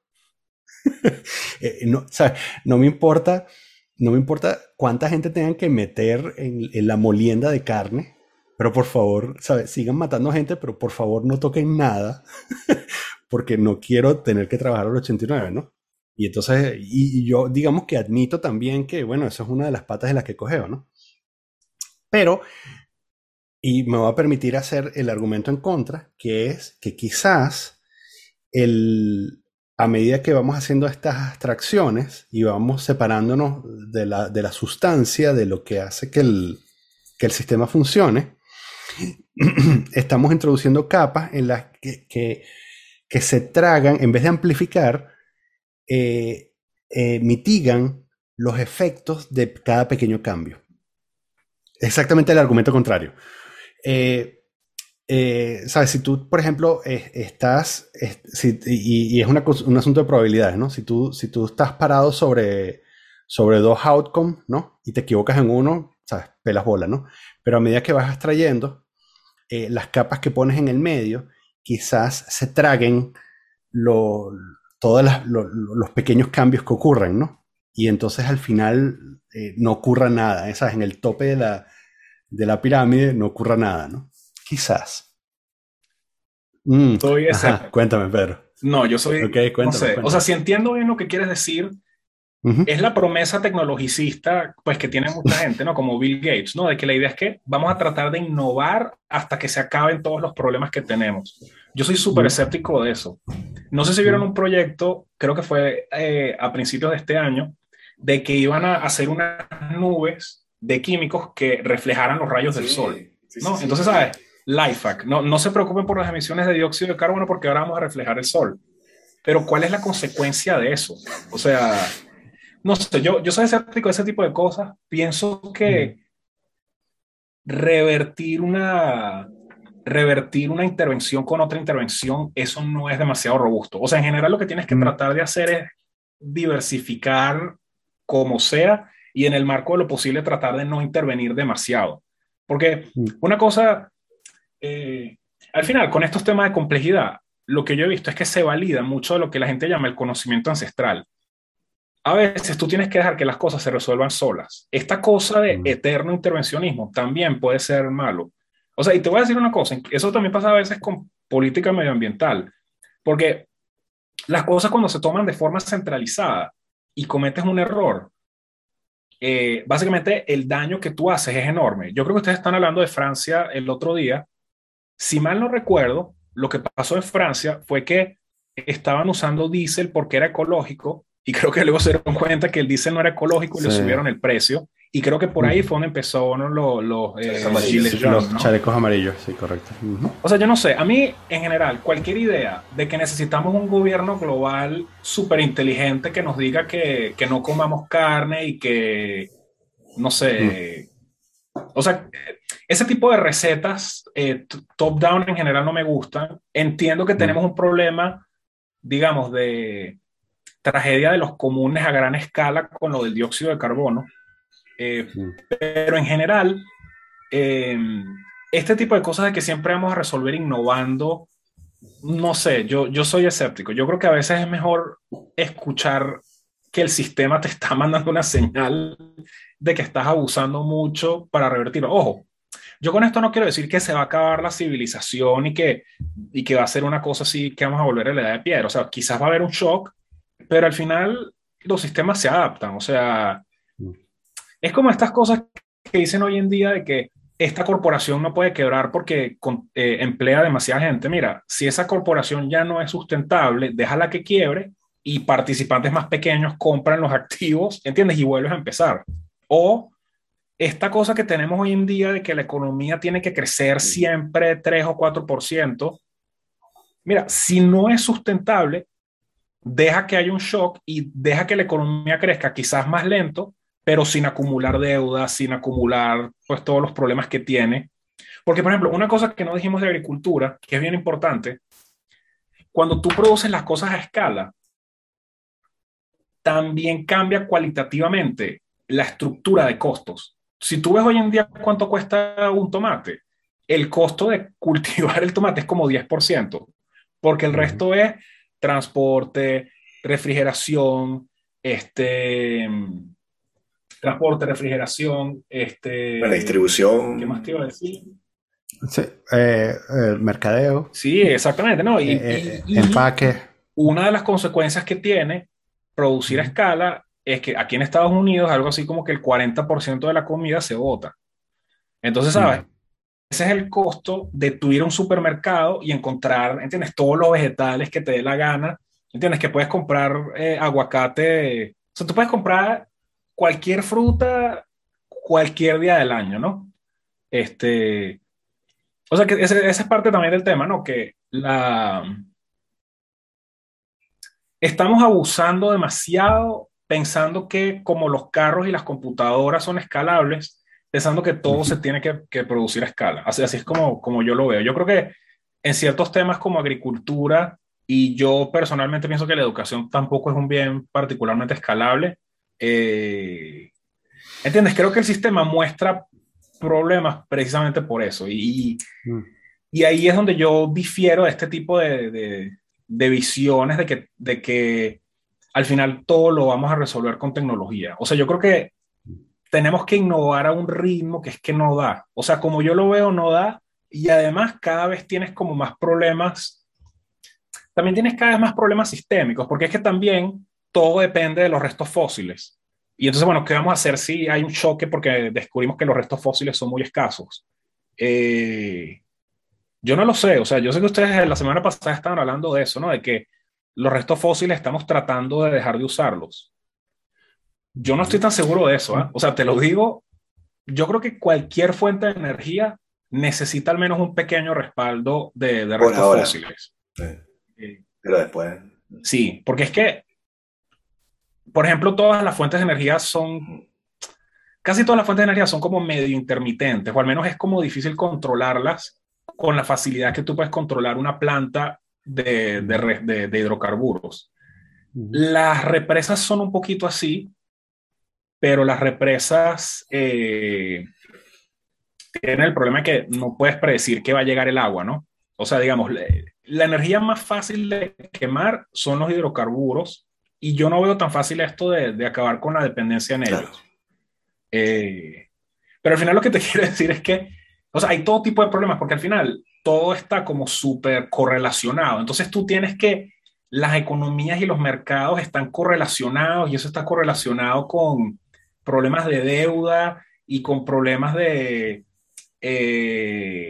No, ¿sabes? No me importa, no me importa cuánta gente tengan que meter en la molienda de carne, pero por favor, ¿sabes? Sigan matando gente, pero por favor no toquen nada, porque no quiero tener que trabajar a los 89, ¿no? Y entonces, y yo digamos que admito también que, bueno, eso es una de las patas de las que cogeo, ¿no? Pero, y me va a permitir hacer el argumento en contra, que es que quizás a medida que vamos haciendo estas abstracciones y vamos separándonos de la sustancia de lo que hace que el sistema funcione, estamos introduciendo capas en las que se tragan, en vez de amplificar, mitigan los efectos de cada pequeño cambio. Exactamente el argumento contrario. ¿Sabes? Si tú, por ejemplo, y es un asunto de probabilidades, ¿no? Si tú estás parado sobre dos outcomes, ¿no? Y te equivocas en uno, ¿sabes? Pelas bola, ¿no? Pero a medida que vas extrayendo, las capas que pones en el medio, quizás se traguen todos los pequeños cambios que ocurren, ¿no? Y entonces al final no ocurra nada, ¿sabes? En el tope de la pirámide no ocurra nada, ¿no? Quizás. Soy Ajá, escéptico. cuéntame, Pedro. No, yo soy, Ok, no cuéntame, sé, o sea, cuéntame. si entiendo bien lo que quieres decir, Ujú. es la promesa tecnologicista, pues que tiene mucha gente, ¿no? Como Bill Gates, ¿no? De que la idea es que vamos a tratar de innovar hasta que se acaben todos los problemas que tenemos. Yo soy súper Ujú. escéptico de eso. No sé si vieron Ujú. un proyecto, creo que fue a principios de este año, de que iban a hacer unas nubes de químicos que reflejaran los rayos del sol, Sí, sí, sí, ¿no? sí. Entonces, ¿sabes? Life hack, no, no se preocupen por las emisiones de dióxido de carbono porque ahora vamos a reflejar el sol. Pero ¿cuál es la consecuencia de eso? O sea, no sé, yo soy escéptico de ese tipo de cosas. Pienso Ujú. que revertir una, revertir una intervención con otra intervención, eso no es demasiado robusto. O sea, en general lo que tienes que Ujú. tratar de hacer es diversificar como sea y en el marco de lo posible tratar de no intervenir demasiado. Porque Ujú. una cosa, eh, al final, con estos temas de complejidad, lo que yo he visto es que se valida mucho de lo que la gente llama el conocimiento ancestral. A veces tú tienes que dejar que las cosas se resuelvan solas. Esta cosa de Ujú. eterno intervencionismo también puede ser malo. O sea, y te voy a decir una cosa, eso también pasa a veces con política medioambiental, porque las cosas cuando se toman de forma centralizada y cometes un error, básicamente el daño que tú haces es enorme. Yo creo que ustedes están hablando de Francia el otro día. Si mal no recuerdo, lo que pasó en Francia fue que estaban usando diésel porque era ecológico y creo que luego se dieron cuenta que el diésel no era ecológico y le Sí. subieron el precio. Y creo que por ahí fue donde empezó, ¿no? los amarillos. Gilets Jaunes, Los ¿no? chalecos amarillos, sí, correcto. O sea, yo no sé, a mí en general, cualquier idea de que necesitamos un gobierno global súper inteligente que nos diga que no comamos carne y que, no sé, o sea, ese tipo de recetas top-down en general no me gustan. Entiendo que tenemos un problema, digamos, de tragedia de los comunes a gran escala con lo del dióxido de carbono, pero en general, eh, este tipo de cosas de que siempre vamos a resolver innovando, no sé, yo soy escéptico. Yo creo que a veces es mejor escuchar que el sistema te está mandando una señal de que estás abusando mucho para revertirlo. Ojo, yo con esto no quiero decir que se va a acabar la civilización y que va a ser una cosa así que vamos a volver a la edad de piedra. O sea, quizás va a haber un shock, pero al final los sistemas se adaptan. O sea, es como estas cosas que dicen hoy en día de que esta corporación no puede quebrar porque emplea demasiada gente. Mira, si esa corporación ya no es sustentable, déjala que quiebre y participantes más pequeños compran los activos, ¿entiendes? Y vuelves a empezar. O esta cosa que tenemos hoy en día de que la economía tiene que crecer siempre 3 o 4%, mira, si no es sustentable, deja que haya un shock y deja que la economía crezca quizás más lento, pero sin acumular deuda, sin acumular pues todos los problemas que tiene. Porque, por ejemplo, una cosa que no dijimos de agricultura, que es bien importante, cuando tú produces las cosas a escala, también cambia cualitativamente la estructura de costos. Si tú ves hoy en día cuánto cuesta un tomate, el costo de cultivar el tomate es como 10%, porque el resto es transporte, refrigeración, transporte, refrigeración, La ¿qué más te distribución. iba a decir? Sí, mercadeo, Sí, exactamente, ¿no? Y empaque. una de las consecuencias que tiene producir a escala es que aquí en Estados Unidos algo así como que el 40% de la comida se bota. Entonces, ¿sabes? Ese es el costo de tú ir a un supermercado y encontrar, ¿entiendes? Todos los vegetales que te dé la gana. ¿Entiendes? Que puedes comprar aguacate. O sea, tú puedes comprar cualquier fruta cualquier día del año, ¿no? Este, o sea, que esa es parte también del tema, ¿no? Que estamos abusando demasiado pensando que como los carros y las computadoras son escalables, pensando que todo se tiene que producir a escala. Así es como yo lo veo. Yo creo que en ciertos temas como agricultura, y yo personalmente pienso que la educación tampoco es un bien particularmente escalable, eh, ¿entiendes? Creo que el sistema muestra problemas precisamente por eso. Y ahí es donde yo difiero de este tipo de visiones de que al final todo lo vamos a resolver con tecnología. O sea, yo creo que tenemos que innovar a un ritmo que es que no da. O sea, como yo lo veo, no da. Y además cada vez tienes como más problemas, también tienes cada vez más problemas sistémicos, porque es que también todo depende de los restos fósiles. Y entonces, bueno, ¿qué vamos a hacer si hay un choque porque descubrimos que los restos fósiles son muy escasos? Eh, yo no lo sé, o sea, yo sé que ustedes la semana pasada estaban hablando de eso, ¿no? De que los restos fósiles estamos tratando de dejar de usarlos. Yo no estoy tan seguro de eso, ¿eh? O sea, te lo digo, yo creo que cualquier fuente de energía necesita al menos un pequeño respaldo de Por restos ahora. fósiles. Eh, Pero después. sí, porque es que, por ejemplo, todas las fuentes de energía son, casi todas las fuentes de energía son como medio intermitentes, o al menos es como difícil controlarlas con la facilidad que tú puedes controlar una planta de hidrocarburos. Las represas son un poquito así, pero las represas tienen el problema de que no puedes predecir que va a llegar el agua, ¿no? O sea, digamos, la energía más fácil de quemar son los hidrocarburos y yo no veo tan fácil esto de acabar con la dependencia en Claro. ellos. Eh, pero al final lo que te quiero decir es que, o sea, hay todo tipo de problemas porque al final todo está como súper correlacionado. Entonces tú tienes que, las economías y los mercados están correlacionados y eso está correlacionado con problemas de deuda y con problemas de,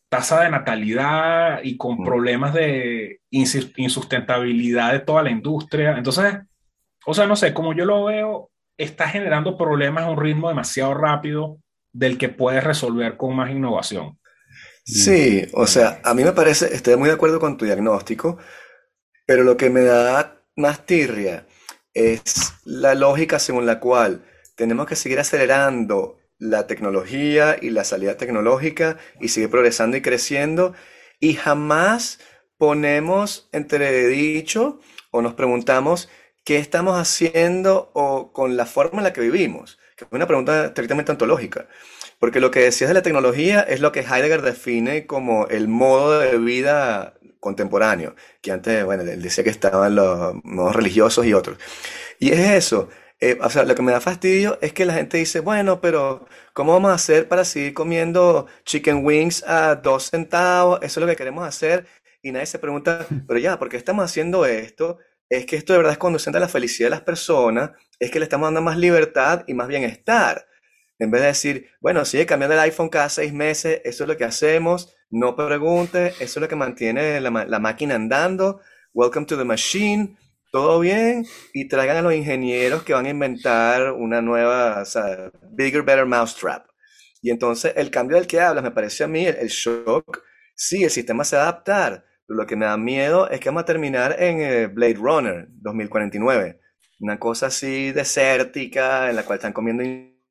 tasa de natalidad y con Mm. problemas de insustentabilidad de toda la industria. Entonces, o sea, no sé, como yo lo veo, está generando problemas a un ritmo demasiado rápido del que puedes resolver con más innovación. Mm. Sí, o sea, a mí me parece, estoy muy de acuerdo con tu diagnóstico, pero lo que me da más tirria es la lógica según la cual tenemos que seguir acelerando la tecnología y la salida tecnológica y seguir progresando y creciendo y jamás ponemos entredicho o nos preguntamos qué estamos haciendo o con la forma en la que vivimos, que es una pregunta estrictamente ontológica. Porque lo que decías de la tecnología es lo que Heidegger define como el modo de vida contemporáneo, que antes, bueno, él decía que estaban los modos religiosos y otros. Y es eso. O sea, lo que me da fastidio es que la gente dice, bueno, pero ¿cómo vamos a hacer para seguir comiendo chicken wings a 2 centavos? Eso es lo que queremos hacer. Y nadie se pregunta, pero ya, ¿por qué estamos haciendo esto? Es que esto de verdad es conducente a la felicidad de las personas, es que le estamos dando más libertad y más bienestar. En vez de decir, bueno, sigue cambiando el iPhone cada 6 meses, eso es lo que hacemos, no pregunte, eso es lo que mantiene la máquina andando, welcome to the machine, todo bien, y traigan a los ingenieros que van a inventar una nueva, o sea, bigger, better mousetrap. Y entonces el cambio del que hablas, me parece a mí, el shock, sí, el sistema se va a adaptar, pero lo que me da miedo es que vamos a terminar en Blade Runner 2049, una cosa así desértica en la cual están comiendo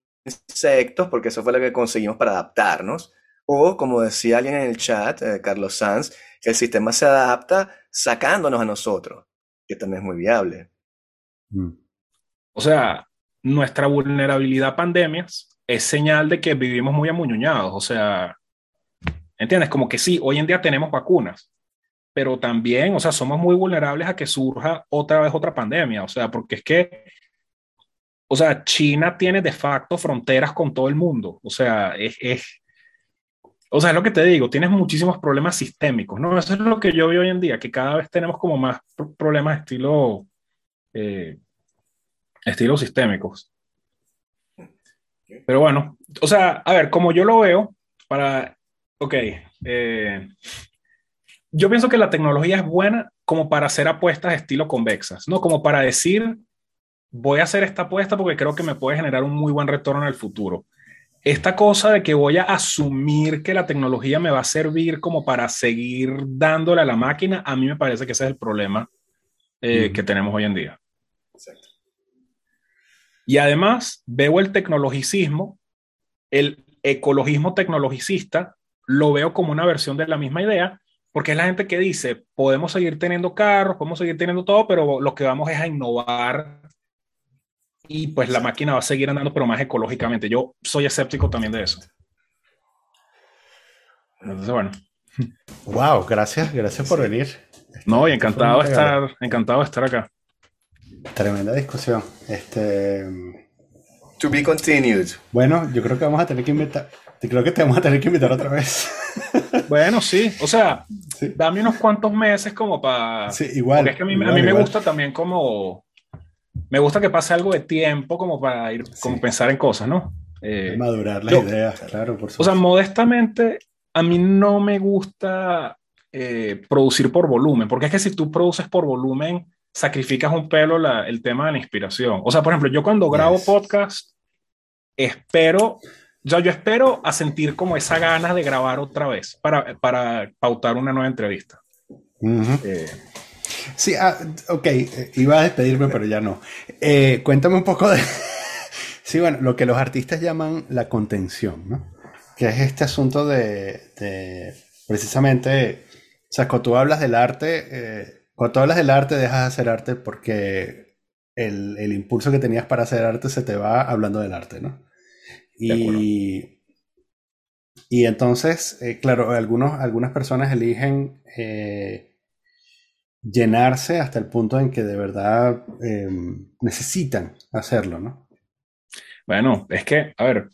insectos, porque eso fue lo que conseguimos para adaptarnos. O, como decía alguien en el chat, Carlos Sanz, que el sistema se adapta sacándonos a nosotros, que también es muy viable. Mm. O sea, nuestra vulnerabilidad a pandemias es señal de que vivimos muy amuñoñados. O sea, ¿entiendes? Como que sí, hoy en día tenemos vacunas, pero también, o sea, somos muy vulnerables a que surja otra vez otra pandemia. O sea, porque es que, o sea, China tiene de facto fronteras con todo el mundo. O sea, o sea, es lo que te digo, tienes muchísimos problemas sistémicos, ¿no? Eso es lo que yo veo hoy en día, que cada vez tenemos como más problemas eh, estilo sistémicos. Pero bueno, o sea, a ver, como yo lo veo, para, ok, yo pienso que la tecnología es buena como para hacer apuestas estilo convexas, ¿no? Como para decir, voy a hacer esta apuesta porque creo que me puede generar un muy buen retorno en el futuro. Esta cosa de que voy a asumir que la tecnología me va a servir como para seguir dándole a la máquina, a mí me parece que ese es el problema que Ujú. tenemos hoy en día. Exacto. Y además veo el tecnologicismo, el ecologismo tecnologicista, lo veo como una versión de la misma idea, porque es la gente que dice, podemos seguir teniendo carros, podemos seguir teniendo todo, pero lo que vamos es a innovar y pues la Exacto. máquina va a seguir andando, pero más ecológicamente. Yo soy escéptico también de eso. Exacto. Entonces, bueno, Wow, gracias, gracias por Sí. venir. no, y Este fue un regalo. encantado de estar acá. Tremenda discusión. To be continued. Bueno, yo creo que vamos a tener que invitar, creo que te vamos a tener que invitar otra vez. Bueno, sí, o sea, Sí, dame unos cuantos meses como para, sí, porque es igual, que a mí igual, me igual. gusta también como, me gusta que pase algo de tiempo como para ir, como Sí, pensar en cosas, ¿no? de Eh, madurar las yo, ideas, claro, por o sea, supuesto. modestamente, a mí no me gusta producir por volumen, porque es que si tú produces por volumen, sacrificas un pelo el tema de la inspiración. O sea, por ejemplo, yo cuando grabo Yes. podcast, espero, ya yo espero a sentir como esa ganas de grabar otra vez para pautar una nueva entrevista. Ujú. Eh, Sí, ok, iba a despedirme, pero ya no. Cuéntame un poco de, sí, bueno, lo que los artistas llaman la contención, ¿no? Que es este asunto precisamente, o sea, cuando tú hablas del arte, cuando tú hablas del arte, dejas de hacer arte porque el impulso que tenías para hacer arte se te va hablando del arte, ¿no? De acuerdo. Y, y entonces, claro, algunas personas eligen llenarse hasta el punto en que de verdad necesitan hacerlo, ¿no? bueno, es que, a ver,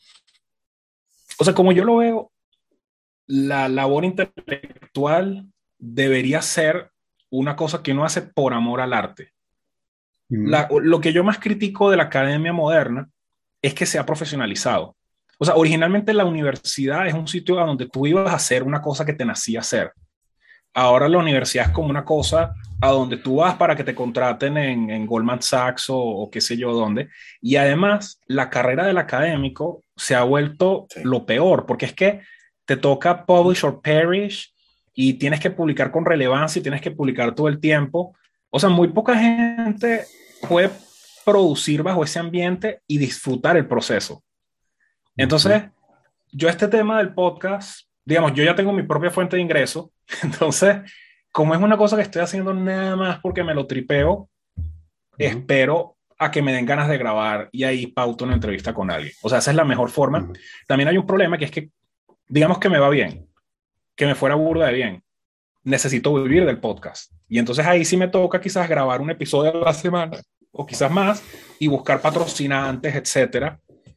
o sea, como yo lo veo, la labor intelectual debería ser una cosa que uno hace por amor al arte. Mm. Lo que yo más critico de la academia moderna es que se ha profesionalizado. O sea, originalmente la universidad es un sitio a donde tú ibas a hacer una cosa que te nacía hacer. Ahora la universidad es como una cosa a donde tú vas para que te contraten en Goldman Sachs o qué sé yo dónde. Y además, la carrera del académico se ha vuelto Sí. lo peor, porque es que te toca publish or perish y tienes que publicar con relevancia y tienes que publicar todo el tiempo. O sea, muy poca gente puede producir bajo ese ambiente y disfrutar el proceso. Entonces, yo este tema del podcast, digamos, yo ya tengo mi propia fuente de ingreso, entonces, como es una cosa que estoy haciendo nada más porque me lo tripeo, espero a que me den ganas de grabar y ahí pauto una entrevista con alguien. O sea, esa es la mejor forma. También hay un problema que es que, digamos que me va bien, que me fuera burda de bien, necesito vivir del podcast. Y entonces ahí sí me toca quizás grabar un episodio a la semana o quizás más y buscar patrocinantes, etcétera.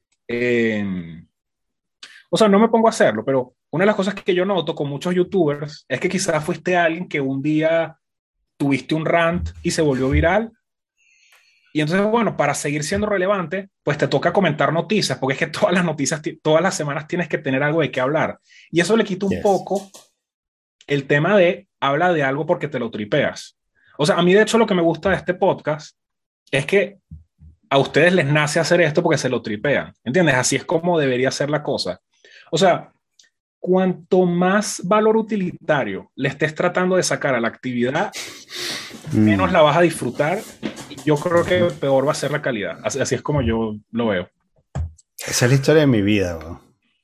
O sea, no me pongo a hacerlo, pero una de las cosas que yo noto con muchos youtubers es que quizás fuiste alguien que un día tuviste un rant y se volvió viral. Y entonces, bueno, para seguir siendo relevante, pues te toca comentar noticias, porque es que todas las noticias, todas las semanas tienes que tener algo de qué hablar. Y eso le quita un poco el tema de habla de algo porque te lo tripeas. O sea, a mí de hecho lo que me gusta de este podcast es que a ustedes les nace hacer esto porque se lo tripean. ¿Entiendes? Así es como debería ser la cosa. O sea, cuanto más valor utilitario le estés tratando de sacar a la actividad, menos la vas a disfrutar y yo creo que peor va a ser la calidad. Así es como yo lo veo. Esa es la historia de mi vida, bro.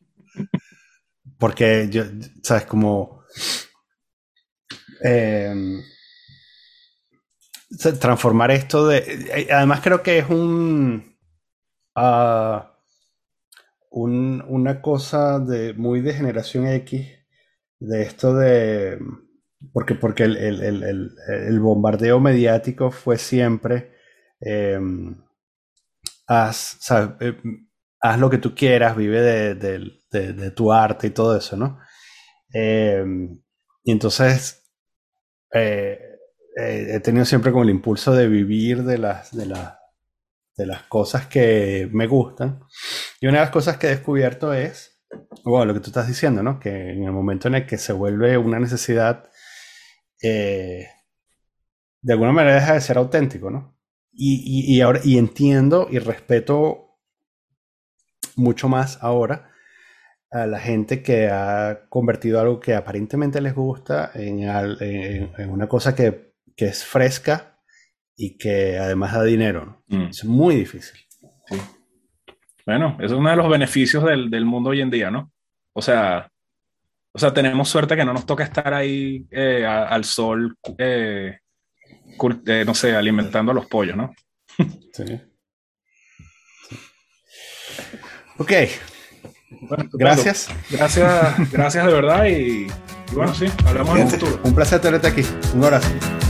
Porque yo, sabes, como transformar esto de... Además creo que es una cosa muy de generación X, de esto de... Porque el bombardeo mediático fue siempre ¿sabes? Haz lo que tú quieras, vive de tu arte y todo eso, ¿no? Y entonces he tenido siempre como el impulso de vivir de las cosas que me gustan. Y una de las cosas que he descubierto es, bueno, lo que tú estás diciendo, ¿no? Que en el momento en el que se vuelve una necesidad, de alguna manera deja de ser auténtico, ¿no? Y ahora entiendo y respeto mucho más ahora a la gente que ha convertido algo que aparentemente les gusta en una cosa que es fresca y que además da dinero, ¿no? Es muy difícil. Sí. Bueno, eso es uno de los beneficios del mundo hoy en día, ¿no? O sea, tenemos suerte que no nos toca estar ahí al sol, no sé, alimentando a los pollos, ¿no? Sí. Ok. Bueno, gracias. Gracias de verdad y bueno, sí, hablamos en un futuro. Un placer tenerte aquí. Un abrazo.